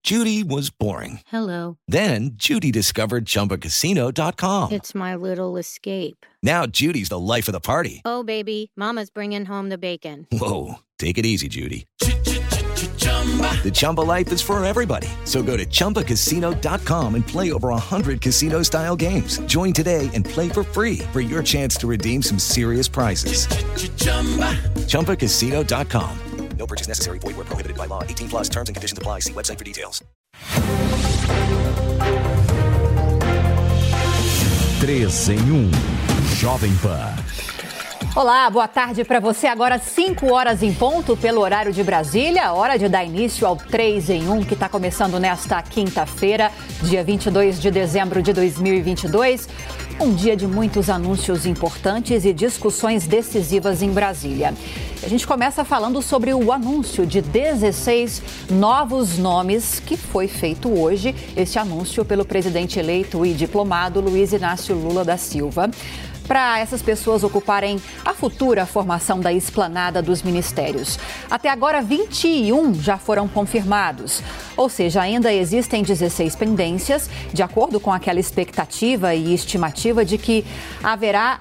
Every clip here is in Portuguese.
Judy was boring. Hello. Then Judy discovered ChumbaCasino.com. It's my little escape. Now Judy's the life of the party. Oh, baby, mama's bringing home the bacon. Whoa, take it easy, Judy. The Chumba life is for everybody. So go to ChumbaCasino.com and play over 100 casino-style games. Join today and play for free for your chance to redeem some serious prizes. ChumbaCasino.com. No purchase necessary. Void where prohibited by law. 18 plus terms and conditions apply. See website for details. 3 em 1. Jovem Pan. Olá, boa tarde para você. Agora 5 horas em ponto pelo horário de Brasília. Hora de dar início ao 3 em 1, que está começando nesta quinta-feira, dia 22 de dezembro de 2022. Um dia de muitos anúncios importantes e discussões decisivas em Brasília. A gente começa falando sobre o anúncio de 16 novos nomes que foi feito hoje. Esse anúncio pelo presidente eleito e diplomado Luiz Inácio Lula da Silva, para essas pessoas ocuparem a futura formação da esplanada dos ministérios. Até agora, 21 já foram confirmados, ou seja, ainda existem 16 pendências, de acordo com aquela expectativa e estimativa de que haverá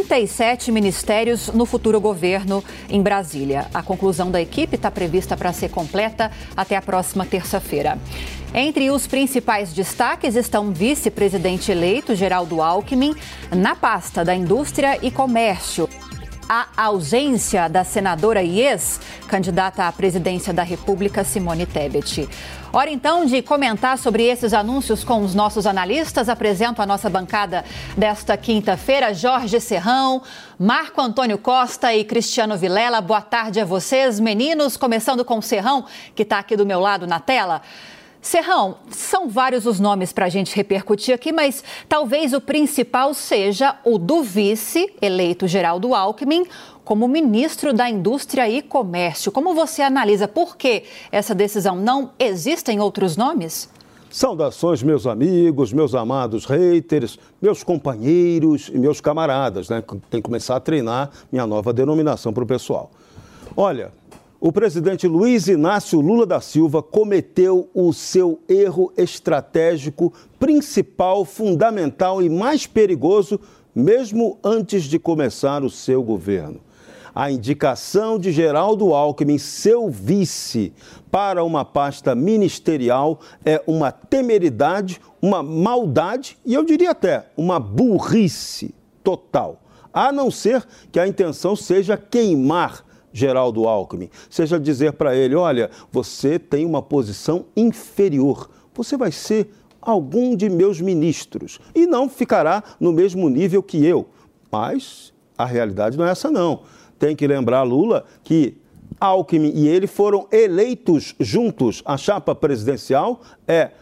37 ministérios no futuro governo em Brasília. A conclusão da equipe está prevista para ser completa até a próxima terça-feira. Entre os principais destaques estão o vice-presidente eleito, Geraldo Alckmin, na pasta da Indústria e Comércio. A ausência da senadora e ex-candidata à presidência da República, Simone Tebet. Hora então de comentar sobre esses anúncios com os nossos analistas. Apresento a nossa bancada desta quinta-feira, Jorge Serrão, Marco Antônio Costa e Cristiano Vilela. Boa tarde a vocês, meninos. Começando com o Serrão, que está aqui do meu lado na tela. Serrão, são vários os nomes para a gente repercutir aqui, mas talvez o principal seja o do vice-eleito Geraldo Alckmin como ministro da Indústria e Comércio. Como você analisa? Por que essa decisão? Não existem outros nomes? Saudações, meus amigos, meus amados haters, meus companheiros e meus camaradas, né? Tem que começar a treinar minha nova denominação para o pessoal. Olha, o presidente Luiz Inácio Lula da Silva cometeu o seu erro estratégico principal, fundamental e mais perigoso, mesmo antes de começar o seu governo. A indicação de Geraldo Alckmin, seu vice, para uma pasta ministerial é uma temeridade, uma maldade e eu diria até uma burrice total. A não ser que a intenção seja queimar Geraldo Alckmin, seja dizer para ele, olha, você tem uma posição inferior, você vai ser algum de meus ministros e não ficará no mesmo nível que eu. Mas a realidade não é essa não. Tem que lembrar, Lula, que Alckmin e ele foram eleitos juntos. A chapa presidencial é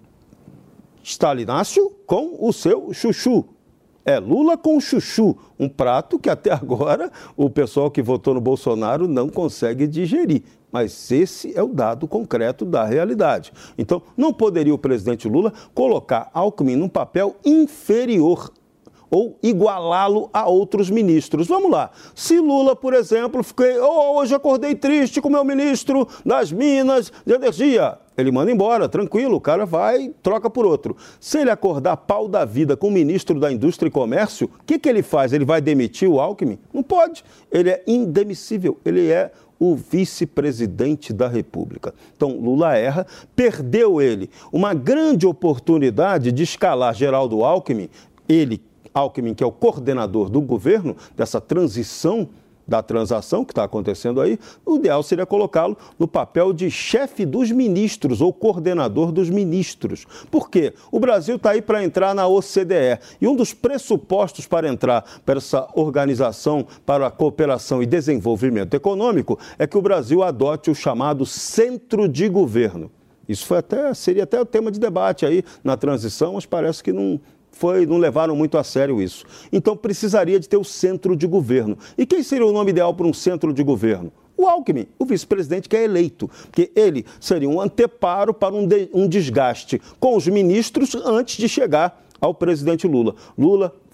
Stalinácio com o seu chuchu. É Lula com chuchu, um prato que até agora o pessoal que votou no Bolsonaro não consegue digerir. Mas esse é o dado concreto da realidade. Então, não poderia o presidente Lula colocar Alckmin num papel inferior ou igualá-lo a outros ministros. Vamos lá. Se Lula, por exemplo, hoje acordei triste com o meu ministro das Minas de Energia, ele manda embora, tranquilo, o cara vai, troca por outro. Se ele acordar pau da vida com o ministro da Indústria e Comércio, o que ele faz? Ele vai demitir o Alckmin? Não pode. Ele é indemissível, ele é o vice-presidente da República. Então, Lula erra, perdeu ele uma grande oportunidade de escalar Geraldo Alckmin, Alckmin, que é o coordenador do governo, dessa transição da transação que está acontecendo aí, o ideal seria colocá-lo no papel de chefe dos ministros ou coordenador dos ministros. Por quê? O Brasil está aí para entrar na OCDE e um dos pressupostos para entrar para essa organização para a cooperação e desenvolvimento econômico é que o Brasil adote o chamado centro de governo. Isso seria até o tema de debate aí na transição, mas parece que não levaram muito a sério isso. Então, precisaria de ter o centro de governo. E quem seria o nome ideal para um centro de governo? O Alckmin, o vice-presidente que é eleito, porque ele seria um anteparo para um desgaste com os ministros antes de chegar ao presidente Lula. Lula foi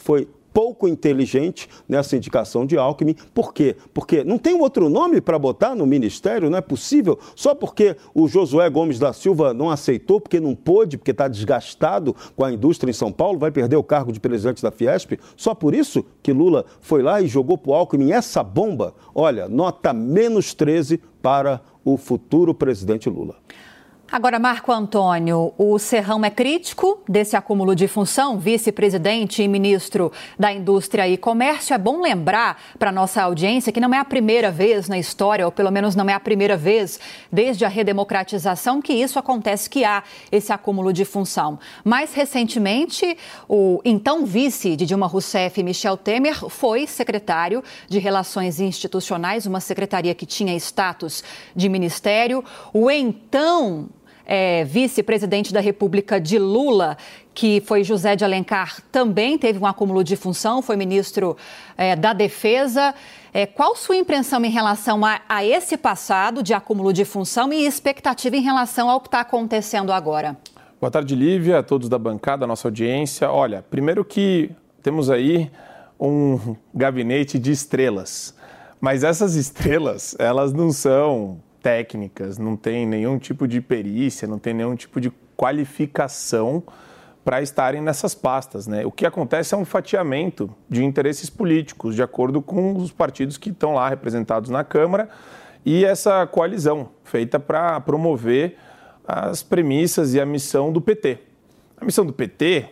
pouco inteligente nessa indicação de Alckmin. Por quê? Porque não tem outro nome para botar no ministério, não é possível. Só porque o Josué Gomes da Silva não aceitou, porque não pôde, porque está desgastado com a indústria em São Paulo, vai perder o cargo de presidente da Fiesp. Só por isso que Lula foi lá e jogou para o Alckmin essa bomba. Olha, nota -13 para o futuro presidente Lula. Agora, Marco Antônio, o Serrão é crítico desse acúmulo de função, vice-presidente e ministro da Indústria e Comércio. É bom lembrar para a nossa audiência que não é a primeira vez na história, ou pelo menos não é a primeira vez desde a redemocratização que isso acontece, que há esse acúmulo de função. Mais recentemente, o então vice de Dilma Rousseff, Michel Temer, foi secretário de Relações Institucionais, uma secretaria que tinha status de ministério. O então vice-presidente da República de Lula, que foi José de Alencar, também teve um acúmulo de função, foi ministro da Defesa. Qual sua impressão em relação a esse passado de acúmulo de função e expectativa em relação ao que está acontecendo agora? Boa tarde, Lívia, a todos da bancada, a nossa audiência. Olha, primeiro que temos aí um gabinete de estrelas, mas essas estrelas, elas não são técnicas, não tem nenhum tipo de perícia, não tem nenhum tipo de qualificação para estarem nessas pastas, né? O que acontece é um fatiamento de interesses políticos, de acordo com os partidos que estão lá representados na Câmara, e essa coalizão feita para promover as premissas e a missão do PT. A missão do PT,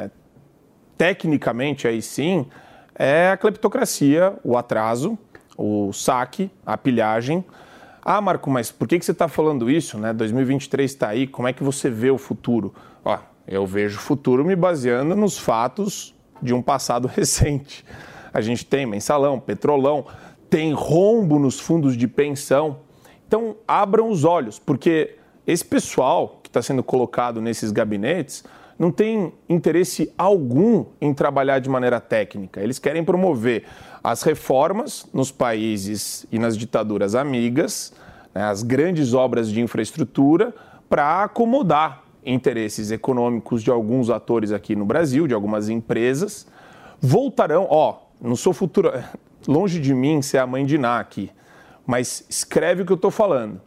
tecnicamente aí sim, é a cleptocracia, o atraso, o saque, a pilhagem. Ah, Marco, mas por que você está falando isso, né? 2023 está aí, como é que você vê o futuro? Eu vejo o futuro me baseando nos fatos de um passado recente. A gente tem mensalão, petrolão, tem rombo nos fundos de pensão. Então, abram os olhos, porque esse pessoal que está sendo colocado nesses gabinetes não tem interesse algum em trabalhar de maneira técnica. Eles querem promover as reformas nos países e nas ditaduras amigas, né, as grandes obras de infraestrutura, para acomodar interesses econômicos de alguns atores aqui no Brasil, de algumas empresas. Voltarão, não sou futuro, longe de mim ser a mãe de Ná aqui, mas escreve o que eu estou falando.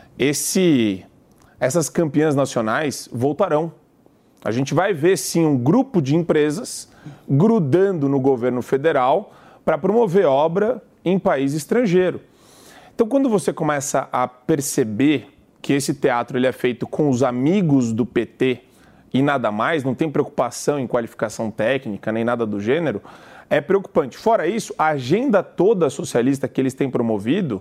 Essas campeãs nacionais voltarão. A gente vai ver, sim, um grupo de empresas grudando no governo federal para promover obra em país estrangeiro. Então, quando você começa a perceber que esse teatro ele é feito com os amigos do PT e nada mais, não tem preocupação em qualificação técnica nem nada do gênero, é preocupante. Fora isso, a agenda toda socialista que eles têm promovido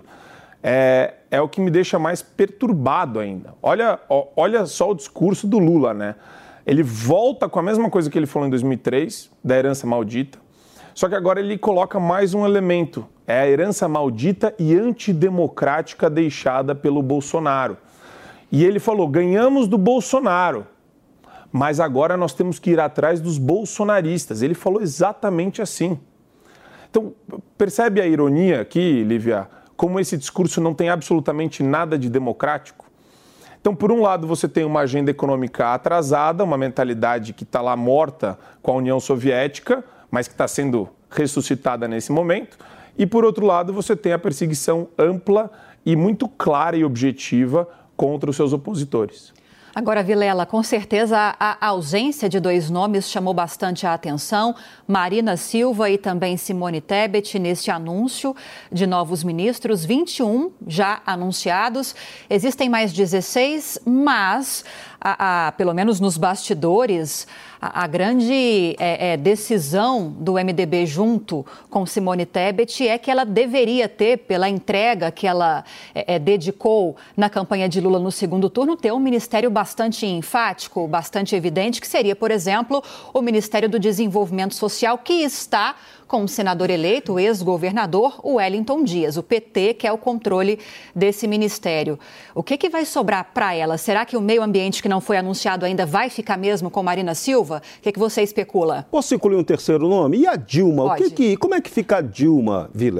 é o que me deixa mais perturbado ainda. Olha só o discurso do Lula, né? Ele volta com a mesma coisa que ele falou em 2003, da herança maldita, só que agora ele coloca mais um elemento, é a herança maldita e antidemocrática deixada pelo Bolsonaro. E ele falou, ganhamos do Bolsonaro, mas agora nós temos que ir atrás dos bolsonaristas. Ele falou exatamente assim. Então, percebe a ironia aqui, Lívia, como esse discurso não tem absolutamente nada de democrático? Então, por um lado, você tem uma agenda econômica atrasada, uma mentalidade que está lá morta com a União Soviética, mas que está sendo ressuscitada nesse momento. E, por outro lado, você tem a perseguição ampla e muito clara e objetiva contra os seus opositores. Agora, Vilela, com certeza a ausência de dois nomes chamou bastante a atenção, Marina Silva e também Simone Tebet, neste anúncio de novos ministros, 21 já anunciados, existem mais 16, mas, pelo menos nos bastidores, a grande decisão do MDB junto com Simone Tebet é que ela deveria ter, pela entrega que ela dedicou na campanha de Lula no segundo turno, ter um ministério bastante enfático, bastante evidente, que seria, por exemplo, o Ministério do Desenvolvimento Social, que está com o senador eleito, o ex-governador Wellington Dias. O PT quer o controle desse ministério. O que vai sobrar para ela? Será que o meio ambiente que não foi anunciado ainda vai ficar mesmo com Marina Silva? O que você especula? Posso incluir um terceiro nome? E a Dilma? Pode. Como é que fica a Dilma, Vilela?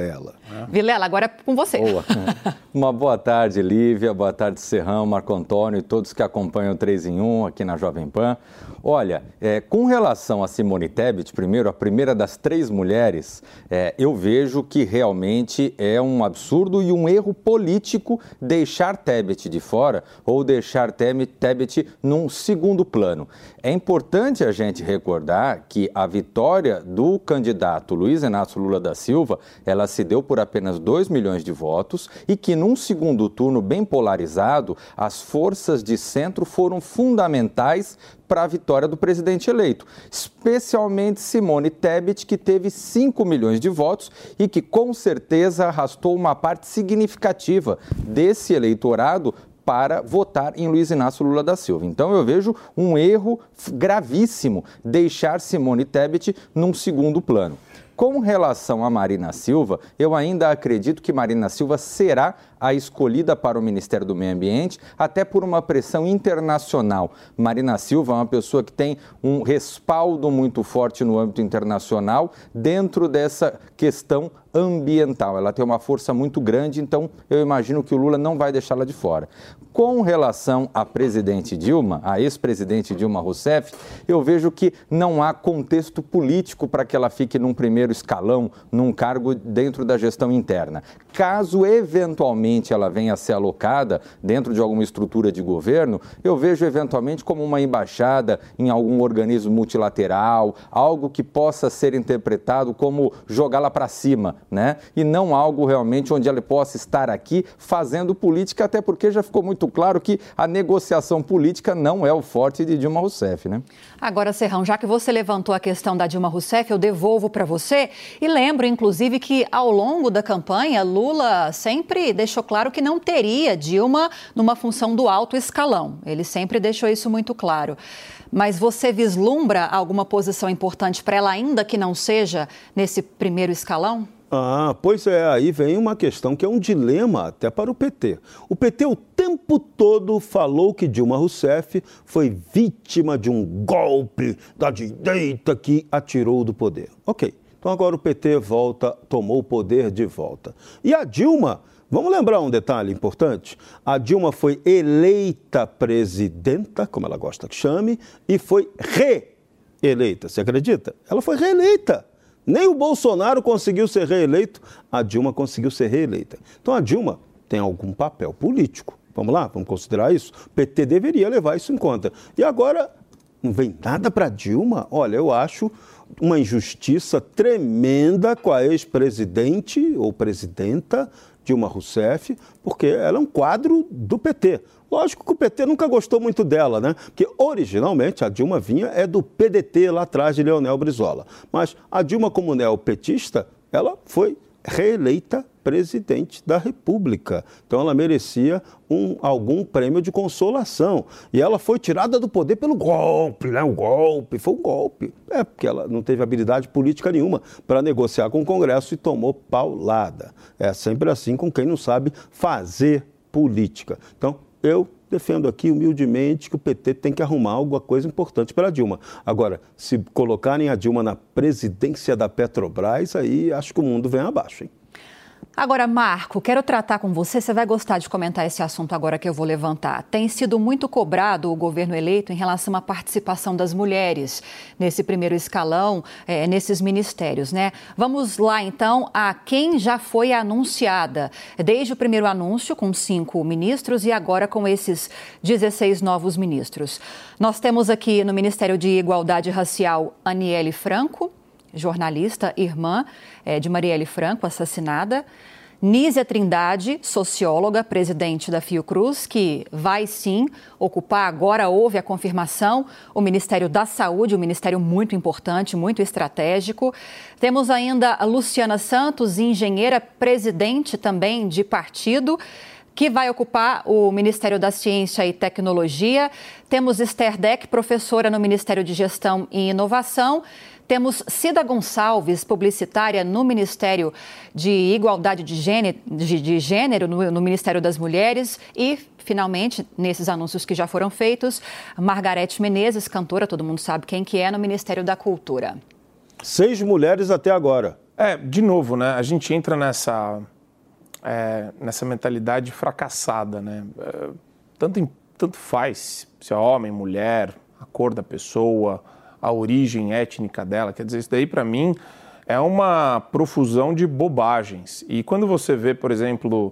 Vilela, agora é com você. Boa. Uma boa tarde, Lívia, boa tarde, Serrão, Marco Antônio e todos que acompanham o 3 em 1 aqui na Jovem Pan. Olha, com relação a Simone Tebet, a primeira das 3 mulheres, eu vejo que realmente é um absurdo e um erro político deixar Tebet de fora ou deixar Tebet num segundo plano. É importante a gente recordar que a vitória do candidato Luiz Inácio Lula da Silva, ela se deu por apenas 2 milhões de votos e que num segundo turno bem polarizado, as forças de centro foram fundamentais para a vitória do presidente eleito, especialmente Simone Tebet, que teve 5 milhões de votos e que com certeza arrastou uma parte significativa desse eleitorado para votar em Luiz Inácio Lula da Silva. Então eu vejo um erro gravíssimo deixar Simone Tebet num segundo plano. Com relação a Marina Silva, eu ainda acredito que Marina Silva será a escolhida para o Ministério do Meio Ambiente, até por uma pressão internacional. Marina Silva é uma pessoa que tem um respaldo muito forte no âmbito internacional dentro dessa questão ambiental. Ela tem uma força muito grande, então eu imagino que o Lula não vai deixá-la de fora. Com relação à presidente Dilma, a ex-presidente Dilma Rousseff, eu vejo que não há contexto político para que ela fique num primeiro escalão, num cargo dentro da gestão interna. Caso eventualmente ela venha a ser alocada dentro de alguma estrutura de governo, eu vejo eventualmente como uma embaixada em algum organismo multilateral, algo que possa ser interpretado como jogá-la para cima, né? E não algo realmente onde ela possa estar aqui fazendo política, até porque já ficou muito claro que a negociação política não é o forte de Dilma Rousseff, né? Agora, Serrão, já que você levantou a questão da Dilma Rousseff, eu devolvo para você e lembro, inclusive, que ao longo da campanha, Lula sempre deixou claro que não teria Dilma numa função do alto escalão. Ele sempre deixou isso muito claro. Mas você vislumbra alguma posição importante para ela, ainda que não seja nesse primeiro escalão? Pois é, aí vem uma questão que é um dilema até para o PT. O PT o tempo todo falou que Dilma Rousseff foi vítima de um golpe da direita que a tirou do poder. Ok, então agora o PT tomou o poder de volta. E a Dilma, vamos lembrar um detalhe importante, a Dilma foi eleita presidenta, como ela gosta que chame, e foi reeleita, você acredita? Ela foi reeleita. Nem o Bolsonaro conseguiu ser reeleito, a Dilma conseguiu ser reeleita. Então a Dilma tem algum papel político. Vamos lá, vamos considerar isso? O PT deveria levar isso em conta. E agora, não vem nada para Dilma? Olha, eu acho uma injustiça tremenda com a ex-presidente ou presidenta Dilma Rousseff, porque ela é um quadro do PT. Lógico que o PT nunca gostou muito dela, né? Porque originalmente a Dilma vinha do PDT lá atrás de Leonel Brizola. Mas a Dilma, como neopetista, ela foi reeleita presidente da República. Então ela merecia algum prêmio de consolação. E ela foi tirada do poder pelo golpe, né? Foi um golpe. Porque ela não teve habilidade política nenhuma para negociar com o Congresso e tomou paulada. É sempre assim com quem não sabe fazer política. Então, eu defendo aqui humildemente que o PT tem que arrumar alguma coisa importante para a Dilma. Agora, se colocarem a Dilma na presidência da Petrobras, aí acho que o mundo vem abaixo, hein? Agora, Marco, quero tratar com você, você vai gostar de comentar esse assunto agora que eu vou levantar. Tem sido muito cobrado o governo eleito em relação à participação das mulheres nesse primeiro escalão, nesses ministérios, né? Vamos lá, então, a quem já foi anunciada. Desde o primeiro anúncio, com 5 ministros, e agora com esses 16 novos ministros. Nós temos aqui no Ministério de Igualdade Racial, Aniele Franco, jornalista, irmã de Marielle Franco, assassinada. Nízia Trindade, socióloga, presidente da Fiocruz, que vai sim ocupar, agora houve a confirmação, o Ministério da Saúde, um ministério muito importante, muito estratégico. Temos ainda a Luciana Santos, engenheira, presidente também de partido, que vai ocupar o Ministério da Ciência e Tecnologia. Temos Esther Deck, professora no Ministério de Gestão e Inovação. Temos Cida Gonçalves, publicitária no Ministério de Igualdade de Gênero no Ministério das Mulheres. E, finalmente, nesses anúncios que já foram feitos, Margarete Menezes, cantora, todo mundo sabe quem que é, no Ministério da Cultura. 6 mulheres até agora. De novo, né? A gente entra nessa mentalidade fracassada, né? Tanto faz se é homem, mulher, a cor da pessoa, a origem étnica dela. Quer dizer, isso daí para mim é uma profusão de bobagens. E quando você vê, por exemplo,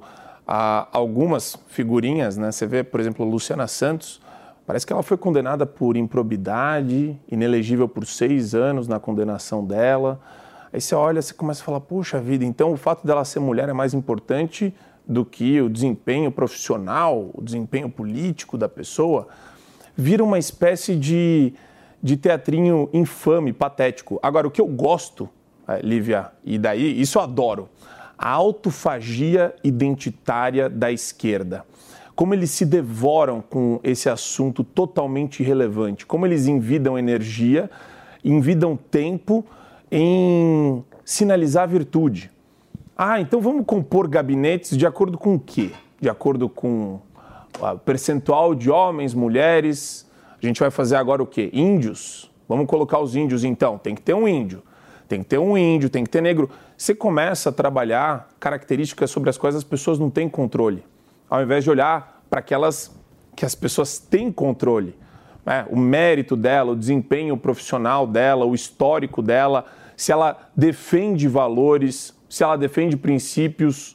algumas figurinhas, né? Você vê, por exemplo, Luciana Santos, parece que ela foi condenada por improbidade, inelegível por 6 anos na condenação dela. Aí você olha, você começa a falar, poxa vida, então o fato dela ser mulher é mais importante do que o desempenho profissional, o desempenho político da pessoa. Vira uma espécie de teatrinho infame, patético. Agora, o que eu gosto, Lívia, e daí, isso eu adoro, a autofagia identitária da esquerda. Como eles se devoram com esse assunto totalmente irrelevante, como eles envidam energia, envidam tempo em sinalizar a virtude. Então vamos compor gabinetes de acordo com o quê? De acordo com o percentual de homens, mulheres. A gente vai fazer agora o quê? Índios? Vamos colocar os índios então. Tem que ter um índio. Tem que ter um índio, tem que ter negro. Você começa a trabalhar características sobre as quais as pessoas não têm controle, ao invés de olhar para aquelas que as pessoas têm controle. O mérito dela, o desempenho profissional dela, o histórico dela, se ela defende valores, se ela defende princípios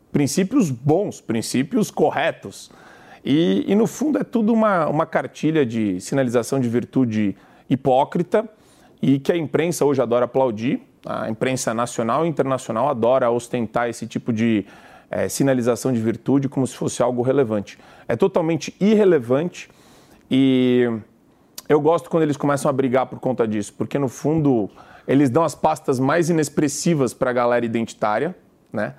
bons, princípios corretos. E no fundo, é tudo uma cartilha de sinalização de virtude hipócrita e que a imprensa hoje adora aplaudir. A imprensa nacional e internacional adora ostentar esse tipo de sinalização de virtude como se fosse algo relevante. É totalmente irrelevante. E eu gosto quando eles começam a brigar por conta disso, porque no fundo eles dão as pastas mais inexpressivas para a galera identitária, né?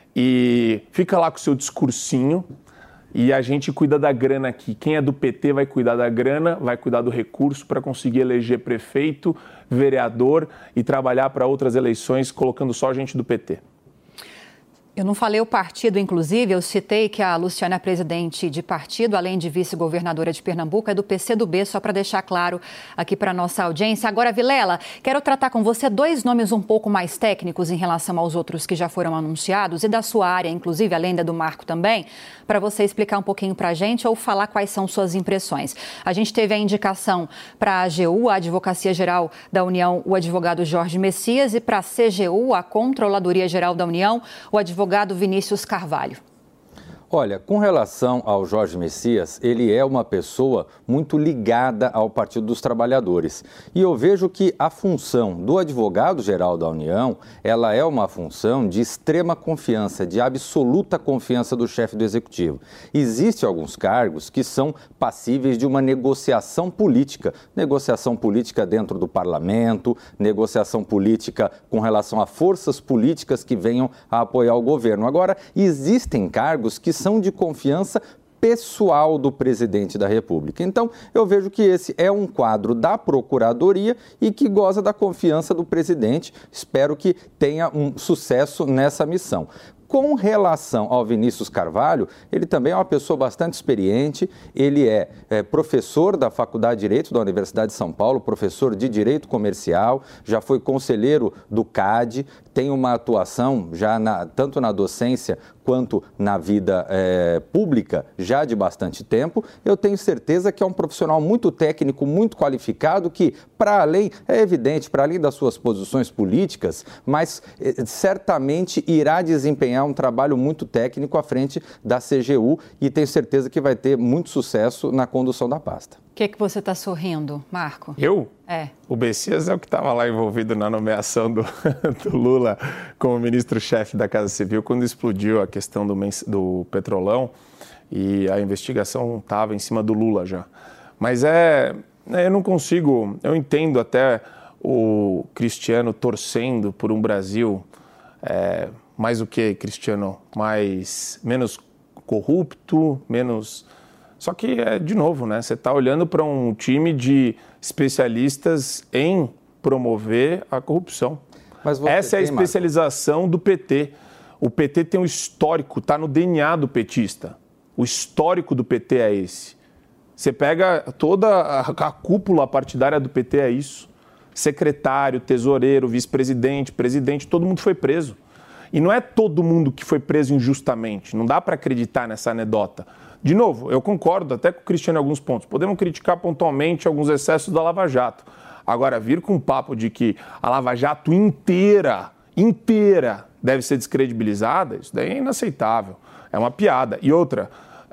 E fica lá com o seu discursinho e a gente cuida da grana aqui. Quem é do PT vai cuidar da grana, vai cuidar do recurso para conseguir eleger prefeito, vereador e trabalhar para outras eleições colocando só gente do PT. Eu não falei o partido, inclusive, eu citei que a Luciana é presidente de partido, além de vice-governadora de Pernambuco, é do PCdoB, só para deixar claro aqui para a nossa audiência. Agora, Vilela, quero tratar com você 2 nomes um pouco mais técnicos em relação aos outros que já foram anunciados e da sua área, inclusive, além da do Marco também, para você explicar um pouquinho para a gente ou falar quais são suas impressões. A gente teve a indicação para a AGU, a Advocacia Geral da União, o advogado Jorge Messias, e para a CGU, a Controladoria Geral da União, o advogado Vinícius Carvalho. Olha, com relação ao Jorge Messias, ele é uma pessoa muito ligada ao Partido dos Trabalhadores. E eu vejo que a função do advogado-geral da União, ela é uma função de extrema confiança, de absoluta confiança do chefe do Executivo. Existem alguns cargos que são passíveis de uma negociação política dentro do parlamento, negociação política com relação a forças políticas que venham a apoiar o governo. Agora, existem cargos que são de confiança pessoal do presidente da República. Então, eu vejo que esse é um quadro da Procuradoria e que goza da confiança do presidente. Espero que tenha um sucesso nessa missão. Com relação ao Vinícius Carvalho, ele também é uma pessoa bastante experiente, ele é professor da Faculdade de Direito da Universidade de São Paulo, professor de Direito Comercial, já foi conselheiro do CAD, tem uma atuação já tanto na docência quanto na vida pública já de bastante tempo. Eu tenho certeza que é um profissional muito técnico, muito qualificado, que para além, é evidente, para além das suas posições políticas, mas certamente irá desempenhar um trabalho muito técnico à frente da CGU e tenho certeza que vai ter muito sucesso na condução da pasta. O que você está sorrindo, Marco? Eu? É. O Messias é o que estava lá envolvido na nomeação do Lula como ministro-chefe da Casa Civil quando explodiu a questão do Petrolão e a investigação estava em cima do Lula já. Mas eu não consigo, eu entendo até o Cristiano torcendo por um Brasil mais o que, Cristiano? Menos corrupto, menos... Só que, de novo, né? Você está olhando para um time de especialistas em promover a corrupção. Essa é a especialização do PT. O PT tem um histórico, está no DNA do petista. O histórico do PT é esse. Você pega toda a cúpula partidária do PT, é isso. secretário, tesoureiro, vice-presidente, presidente, todo mundo foi preso. E não é todo mundo que foi preso injustamente, não dá para acreditar nessa anedota. De novo, eu concordo até com o Cristiano em alguns pontos. Podemos criticar pontualmente alguns excessos da Lava Jato. Agora, vir com um papo de que a Lava Jato inteira deve ser descredibilizada, isso daí é inaceitável. É uma piada. E outra,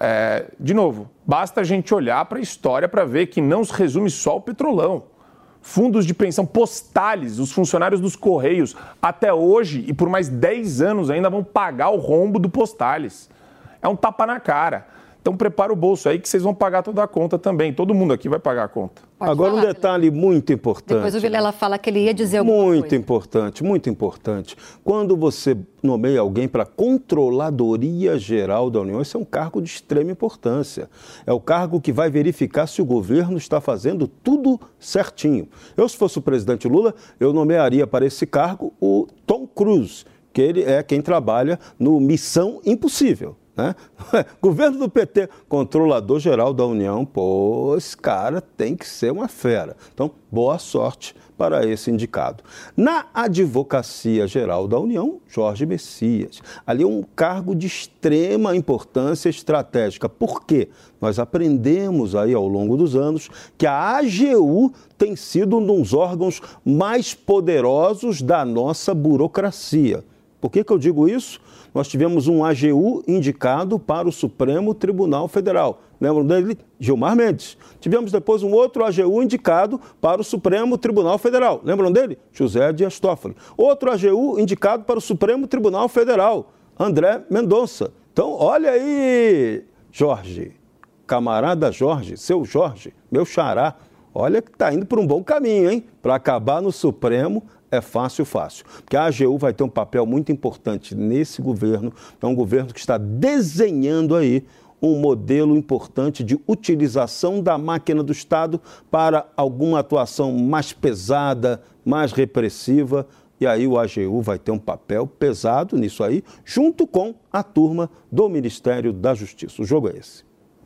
de novo, basta a gente olhar para a história para ver que não se resume só ao Petrolão. Fundos de pensão postales, os funcionários dos Correios, até hoje e por mais 10 anos ainda vão pagar o rombo do Postales. É um tapa na cara. Então prepara o bolso aí que vocês vão pagar toda a conta também. Todo mundo aqui vai pagar a conta. Agora um detalhe muito importante. Depois o Vilela fala que ele ia dizer alguma coisa. Muito importante. Quando você nomeia alguém para a Controladoria Geral da União, esse é um cargo de extrema importância. É o cargo que vai verificar se o governo está fazendo tudo certinho. Eu, se fosse o presidente Lula, eu nomearia para esse cargo o Tom Cruise, que ele é quem trabalha no Missão Impossível. Né? Governo do PT, Controlador-Geral da União, pô, esse cara tem que ser uma fera. Então, boa sorte para esse indicado. Na Advocacia Geral da União, Jorge Messias. Ali é um cargo de extrema importância estratégica. Por quê? Nós aprendemos aí ao longo dos anos que a AGU tem sido um dos órgãos mais poderosos da nossa burocracia. Por que eu digo isso? Nós tivemos um AGU indicado para o Supremo Tribunal Federal. Lembram dele? Gilmar Mendes. Tivemos depois um outro AGU indicado para o Supremo Tribunal Federal. Lembram dele? José Dias Toffoli. Outro AGU indicado para o Supremo Tribunal Federal. André Mendonça. Então, olha aí, Jorge, camarada Jorge, seu Jorge, meu xará. Olha que está indo por um bom caminho, hein? Para acabar no Supremo é fácil. Porque a AGU vai ter um papel muito importante nesse governo. É um governo que está desenhando aí um modelo importante de utilização da máquina do Estado para alguma atuação mais pesada, mais repressiva. E aí o AGU vai ter um papel pesado nisso aí, junto com a turma do Ministério da Justiça. O jogo é esse.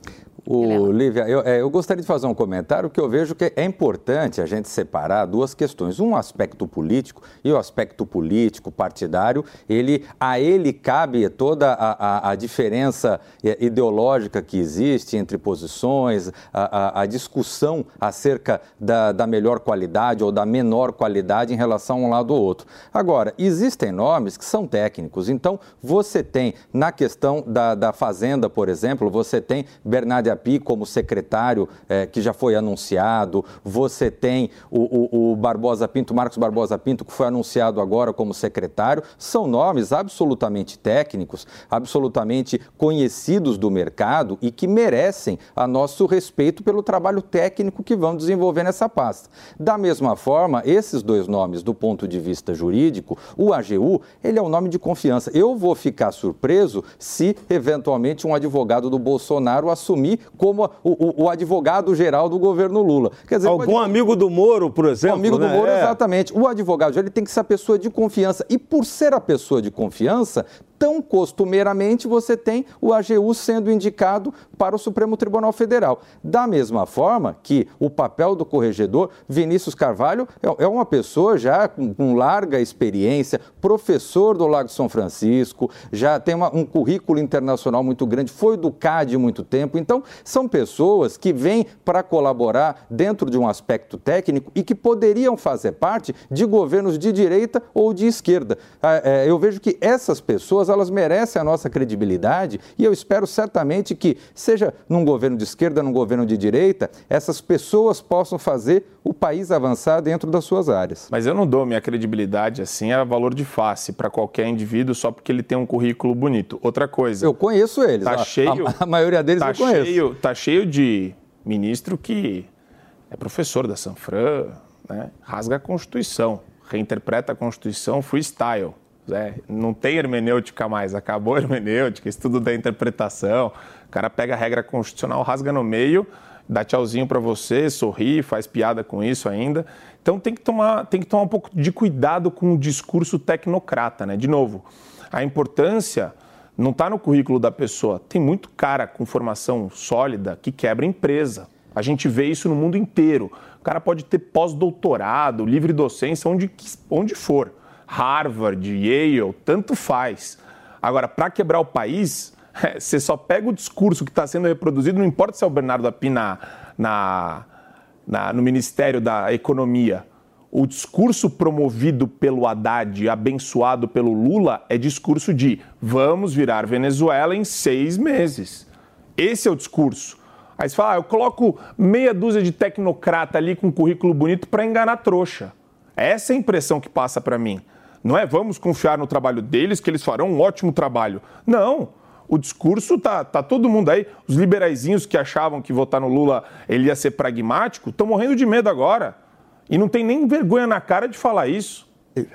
Lívia, eu gostaria de fazer um comentário que eu vejo que é importante a gente separar duas questões. Um aspecto político e o aspecto político partidário, a ele cabe toda a diferença ideológica que existe entre posições, a discussão acerca da melhor qualidade ou da menor qualidade em relação a um lado ou outro. Agora, existem nomes que são técnicos, então você tem, na questão da Fazenda, por exemplo, você tem Bernardo Api como secretário, que já foi anunciado, você tem o Barbosa Pinto, Marcos Barbosa Pinto, que foi anunciado agora como secretário, são nomes absolutamente técnicos, absolutamente conhecidos do mercado e que merecem a nosso respeito pelo trabalho técnico que vão desenvolver nessa pasta. Da mesma forma, esses dois nomes, do ponto de vista jurídico, o AGU, ele é um nome de confiança. Eu vou ficar surpreso se, eventualmente, um advogado do Bolsonaro assumir como o advogado-geral do governo Lula. Quer dizer, algum amigo do Moro, por exemplo. Amigo do Moro, exatamente. O advogado, ele tem que ser a pessoa de confiança. E por ser a pessoa de confiança, tão costumeiramente você tem o AGU sendo indicado para o Supremo Tribunal Federal. Da mesma forma que o papel do corregedor, Vinícius Carvalho, é uma pessoa já com larga experiência, professor do Lago São Francisco, já tem um currículo internacional muito grande, foi do CAD há muito tempo. Então, são pessoas que vêm para colaborar dentro de um aspecto técnico e que poderiam fazer parte de governos de direita ou de esquerda. Eu vejo que essas pessoas, elas merecem a nossa credibilidade e eu espero certamente que, seja num governo de esquerda, num governo de direita, essas pessoas possam fazer o país avançar dentro das suas áreas. Mas eu não dou minha credibilidade assim a valor de face para qualquer indivíduo só porque ele tem um currículo bonito. Outra coisa... Eu conheço eles. Tá cheio, a maioria deles eu conheço. Tá cheio de ministro que é professor da Sanfran, né? Rasga a Constituição, reinterpreta a Constituição freestyle. Não tem hermenêutica mais, acabou a hermenêutica, estudo da interpretação. O cara pega a regra constitucional, rasga no meio, dá tchauzinho para você, sorri, faz piada com isso ainda. Então tem que tomar um pouco de cuidado com o discurso tecnocrata, né? De novo, a importância não está no currículo da pessoa. Tem muito cara com formação sólida que quebra empresa. A gente vê isso no mundo inteiro. O cara pode ter pós-doutorado, livre docência, onde for. Harvard, Yale, tanto faz. Agora, para quebrar o país, você só pega o discurso que está sendo reproduzido, não importa se é o Bernardo Api no Ministério da Economia. O discurso promovido pelo Haddad, abençoado pelo Lula, é discurso de vamos virar Venezuela em 6 meses. Esse é o discurso. Aí você fala, eu coloco meia dúzia de tecnocrata ali com um currículo bonito para enganar trouxa. Essa é a impressão que passa para mim. Não é vamos confiar no trabalho deles, que eles farão um ótimo trabalho. Não. O discurso tá todo mundo aí. Os liberaizinhos que achavam que votar no Lula ele ia ser pragmático, estão morrendo de medo agora. E não tem nem vergonha na cara de falar isso.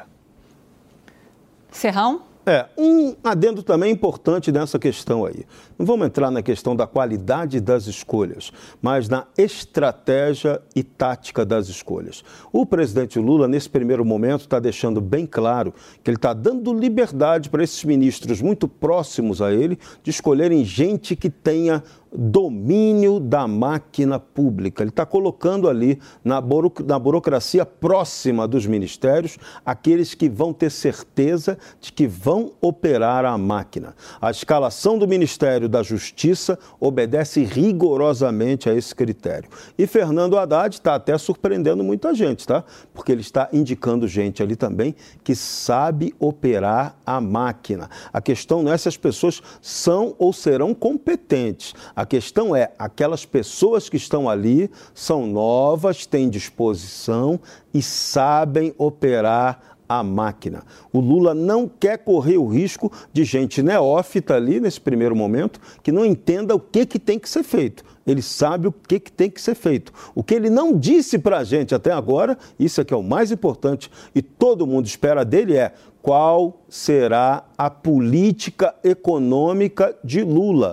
Serrão? Um adendo também importante nessa questão aí. Não vamos entrar na questão da qualidade das escolhas, mas na estratégia e tática das escolhas. O presidente Lula, nesse primeiro momento, está deixando bem claro que ele está dando liberdade para esses ministros muito próximos a ele de escolherem gente que tenha domínio da máquina pública. Ele está colocando ali na burocracia próxima dos ministérios aqueles que vão ter certeza de que vão operar a máquina. A escalação do Ministério da Justiça obedece rigorosamente a esse critério. E Fernando Haddad está até surpreendendo muita gente, tá? Porque ele está indicando gente ali também que sabe operar a máquina. A questão não é se as pessoas são ou serão competentes. A questão é, aquelas pessoas que estão ali são novas, têm disposição e sabem operar a máquina. O Lula não quer correr o risco de gente neófita ali, nesse primeiro momento, que não entenda o que tem que ser feito. Ele sabe o que tem que ser feito. O que ele não disse para a gente até agora, isso é que é o mais importante, e todo mundo espera dele é qual será a política econômica de Lula.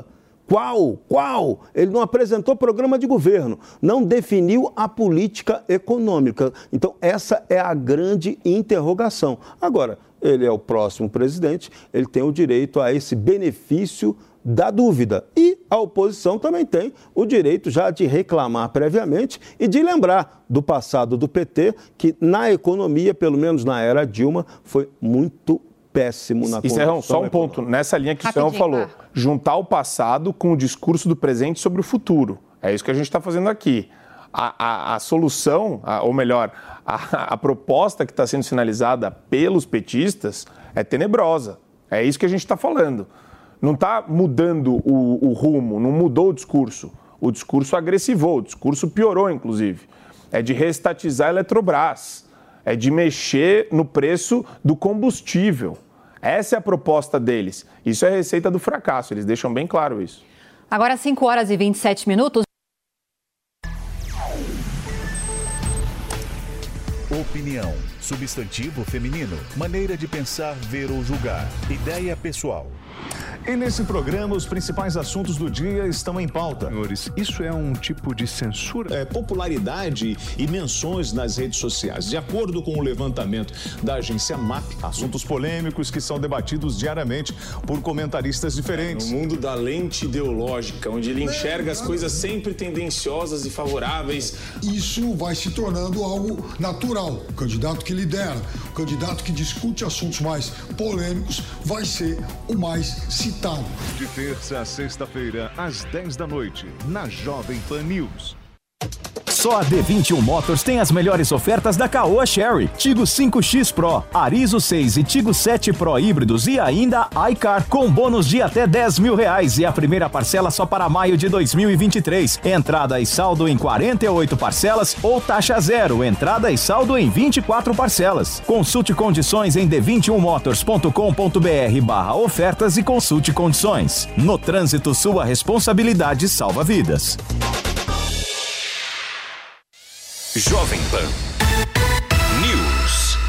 Qual? Ele não apresentou programa de governo, não definiu a política econômica. Então, essa é a grande interrogação. Agora, ele é o próximo presidente, ele tem o direito a esse benefício da dúvida. E a oposição também tem o direito já de reclamar previamente e de lembrar do passado do PT, que na economia, pelo menos na era Dilma, foi muito péssimo na condução Serrão, só um ponto, nessa linha que o Serrão falou, juntar o passado com o discurso do presente sobre o futuro. É isso que a gente está fazendo aqui. A solução, ou melhor, a proposta que está sendo sinalizada pelos petistas é tenebrosa. É isso que a gente está falando. Não está mudando o rumo, não mudou o discurso. O discurso agressivou, o discurso piorou, inclusive. É de reestatizar a Eletrobras, é de mexer no preço do combustível. Essa é a proposta deles. Isso é a receita do fracasso, eles deixam bem claro isso. Agora 5 horas e 27 minutos. Opinião, substantivo feminino, maneira de pensar, ver ou julgar, ideia pessoal. E nesse programa, os principais assuntos do dia estão em pauta. Senhores, isso é um tipo de censura? Popularidade e menções nas redes sociais. De acordo com o levantamento da agência MAP, assuntos polêmicos que são debatidos diariamente por comentaristas diferentes. No mundo da lente ideológica, onde ele enxerga as coisas sempre tendenciosas e favoráveis. Isso vai se tornando algo natural. O candidato que lidera, o candidato que discute assuntos mais polêmicos, vai ser o mais citado. De terça a sexta-feira, às 10 da noite, na Jovem Pan News. Só a D21 Motors tem as melhores ofertas da Caoa Chery. Tigo 5X Pro, Arizo 6 e Tigo 7 Pro híbridos e ainda iCar com bônus de até R$10 mil e a primeira parcela só para maio de 2023. Entrada e saldo em 48 parcelas ou taxa zero. Entrada e saldo em 24 parcelas. Consulte condições em d21motors.com.br/ofertas e consulte condições. No trânsito, sua responsabilidade salva vidas. Jovem Pan News.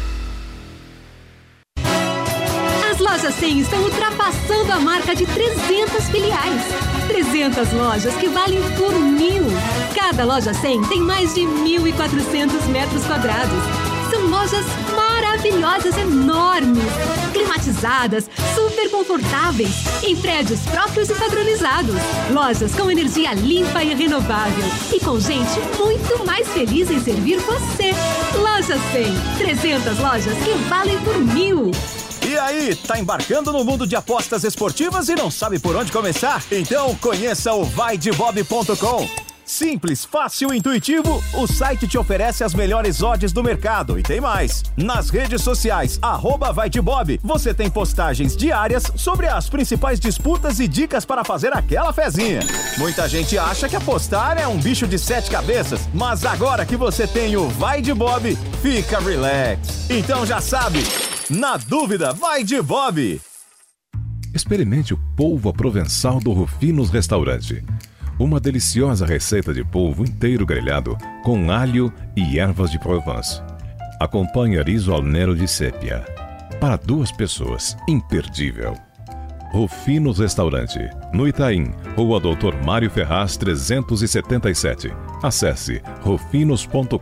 As lojas 100 estão ultrapassando a marca de 300 filiais. 300 lojas que valem por 1.000. Cada loja 100 tem mais de 1.400 metros quadrados. São lojas maravilhosas. maravilhosas enormes, climatizadas, super confortáveis, em prédios próprios e padronizados. Lojas com energia limpa e renovável e com gente muito mais feliz em servir você. Loja 100, 300 lojas que valem por 1000. E aí, tá embarcando no mundo de apostas esportivas e não sabe por onde começar? Então conheça o vaidebob.com. Simples, fácil e intuitivo, o site te oferece as melhores odds do mercado e tem mais. Nas redes sociais, @vaidebob, você tem postagens diárias sobre as principais disputas e dicas para fazer aquela fezinha. Muita gente acha que apostar é um bicho de 7 cabeças, mas agora que você tem o Vai de Bob, fica relax. Então já sabe, na dúvida, vai de Bob. Experimente o polvo provençal do Rufinos Restaurante. Uma deliciosa receita de polvo inteiro grelhado com alho e ervas de Provence. Acompanhe riso al nero de sépia. Para 2 pessoas, imperdível. Rufinos Restaurante, no Itaim, Rua Doutor Mário Ferraz 377. Acesse rufinos.com.br.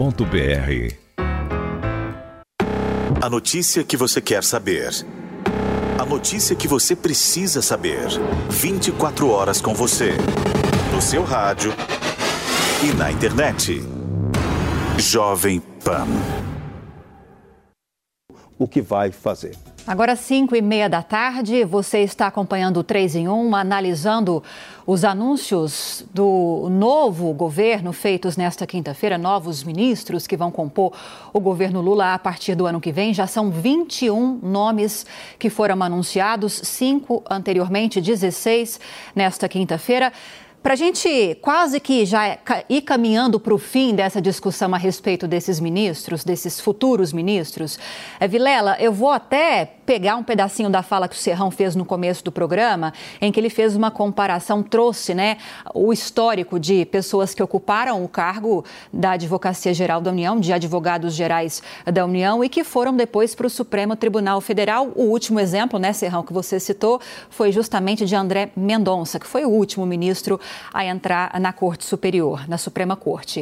A notícia que você quer saber. A notícia que você precisa saber. 24 horas com você. No seu rádio e na internet. Jovem Pan. O que vai fazer? Agora, 5h30 da tarde, você está acompanhando o 3 em 1, analisando os anúncios do novo governo feitos nesta quinta-feira, novos ministros que vão compor o governo Lula a partir do ano que vem. Já são 21 nomes que foram anunciados, 5 anteriormente, 16 nesta quinta-feira. Para a gente quase que já ir caminhando para o fim dessa discussão a respeito desses ministros, desses futuros ministros, Vilela, eu vou até pegar um pedacinho da fala que o Serrão fez no começo do programa, em que ele fez uma comparação, trouxe, o histórico de pessoas que ocuparam o cargo da Advocacia Geral da União, de advogados gerais da União e que foram depois para o Supremo Tribunal Federal. O último exemplo, Serrão, que você citou, foi justamente de André Mendonça, que foi o último ministro a entrar na Corte Superior, na Suprema Corte.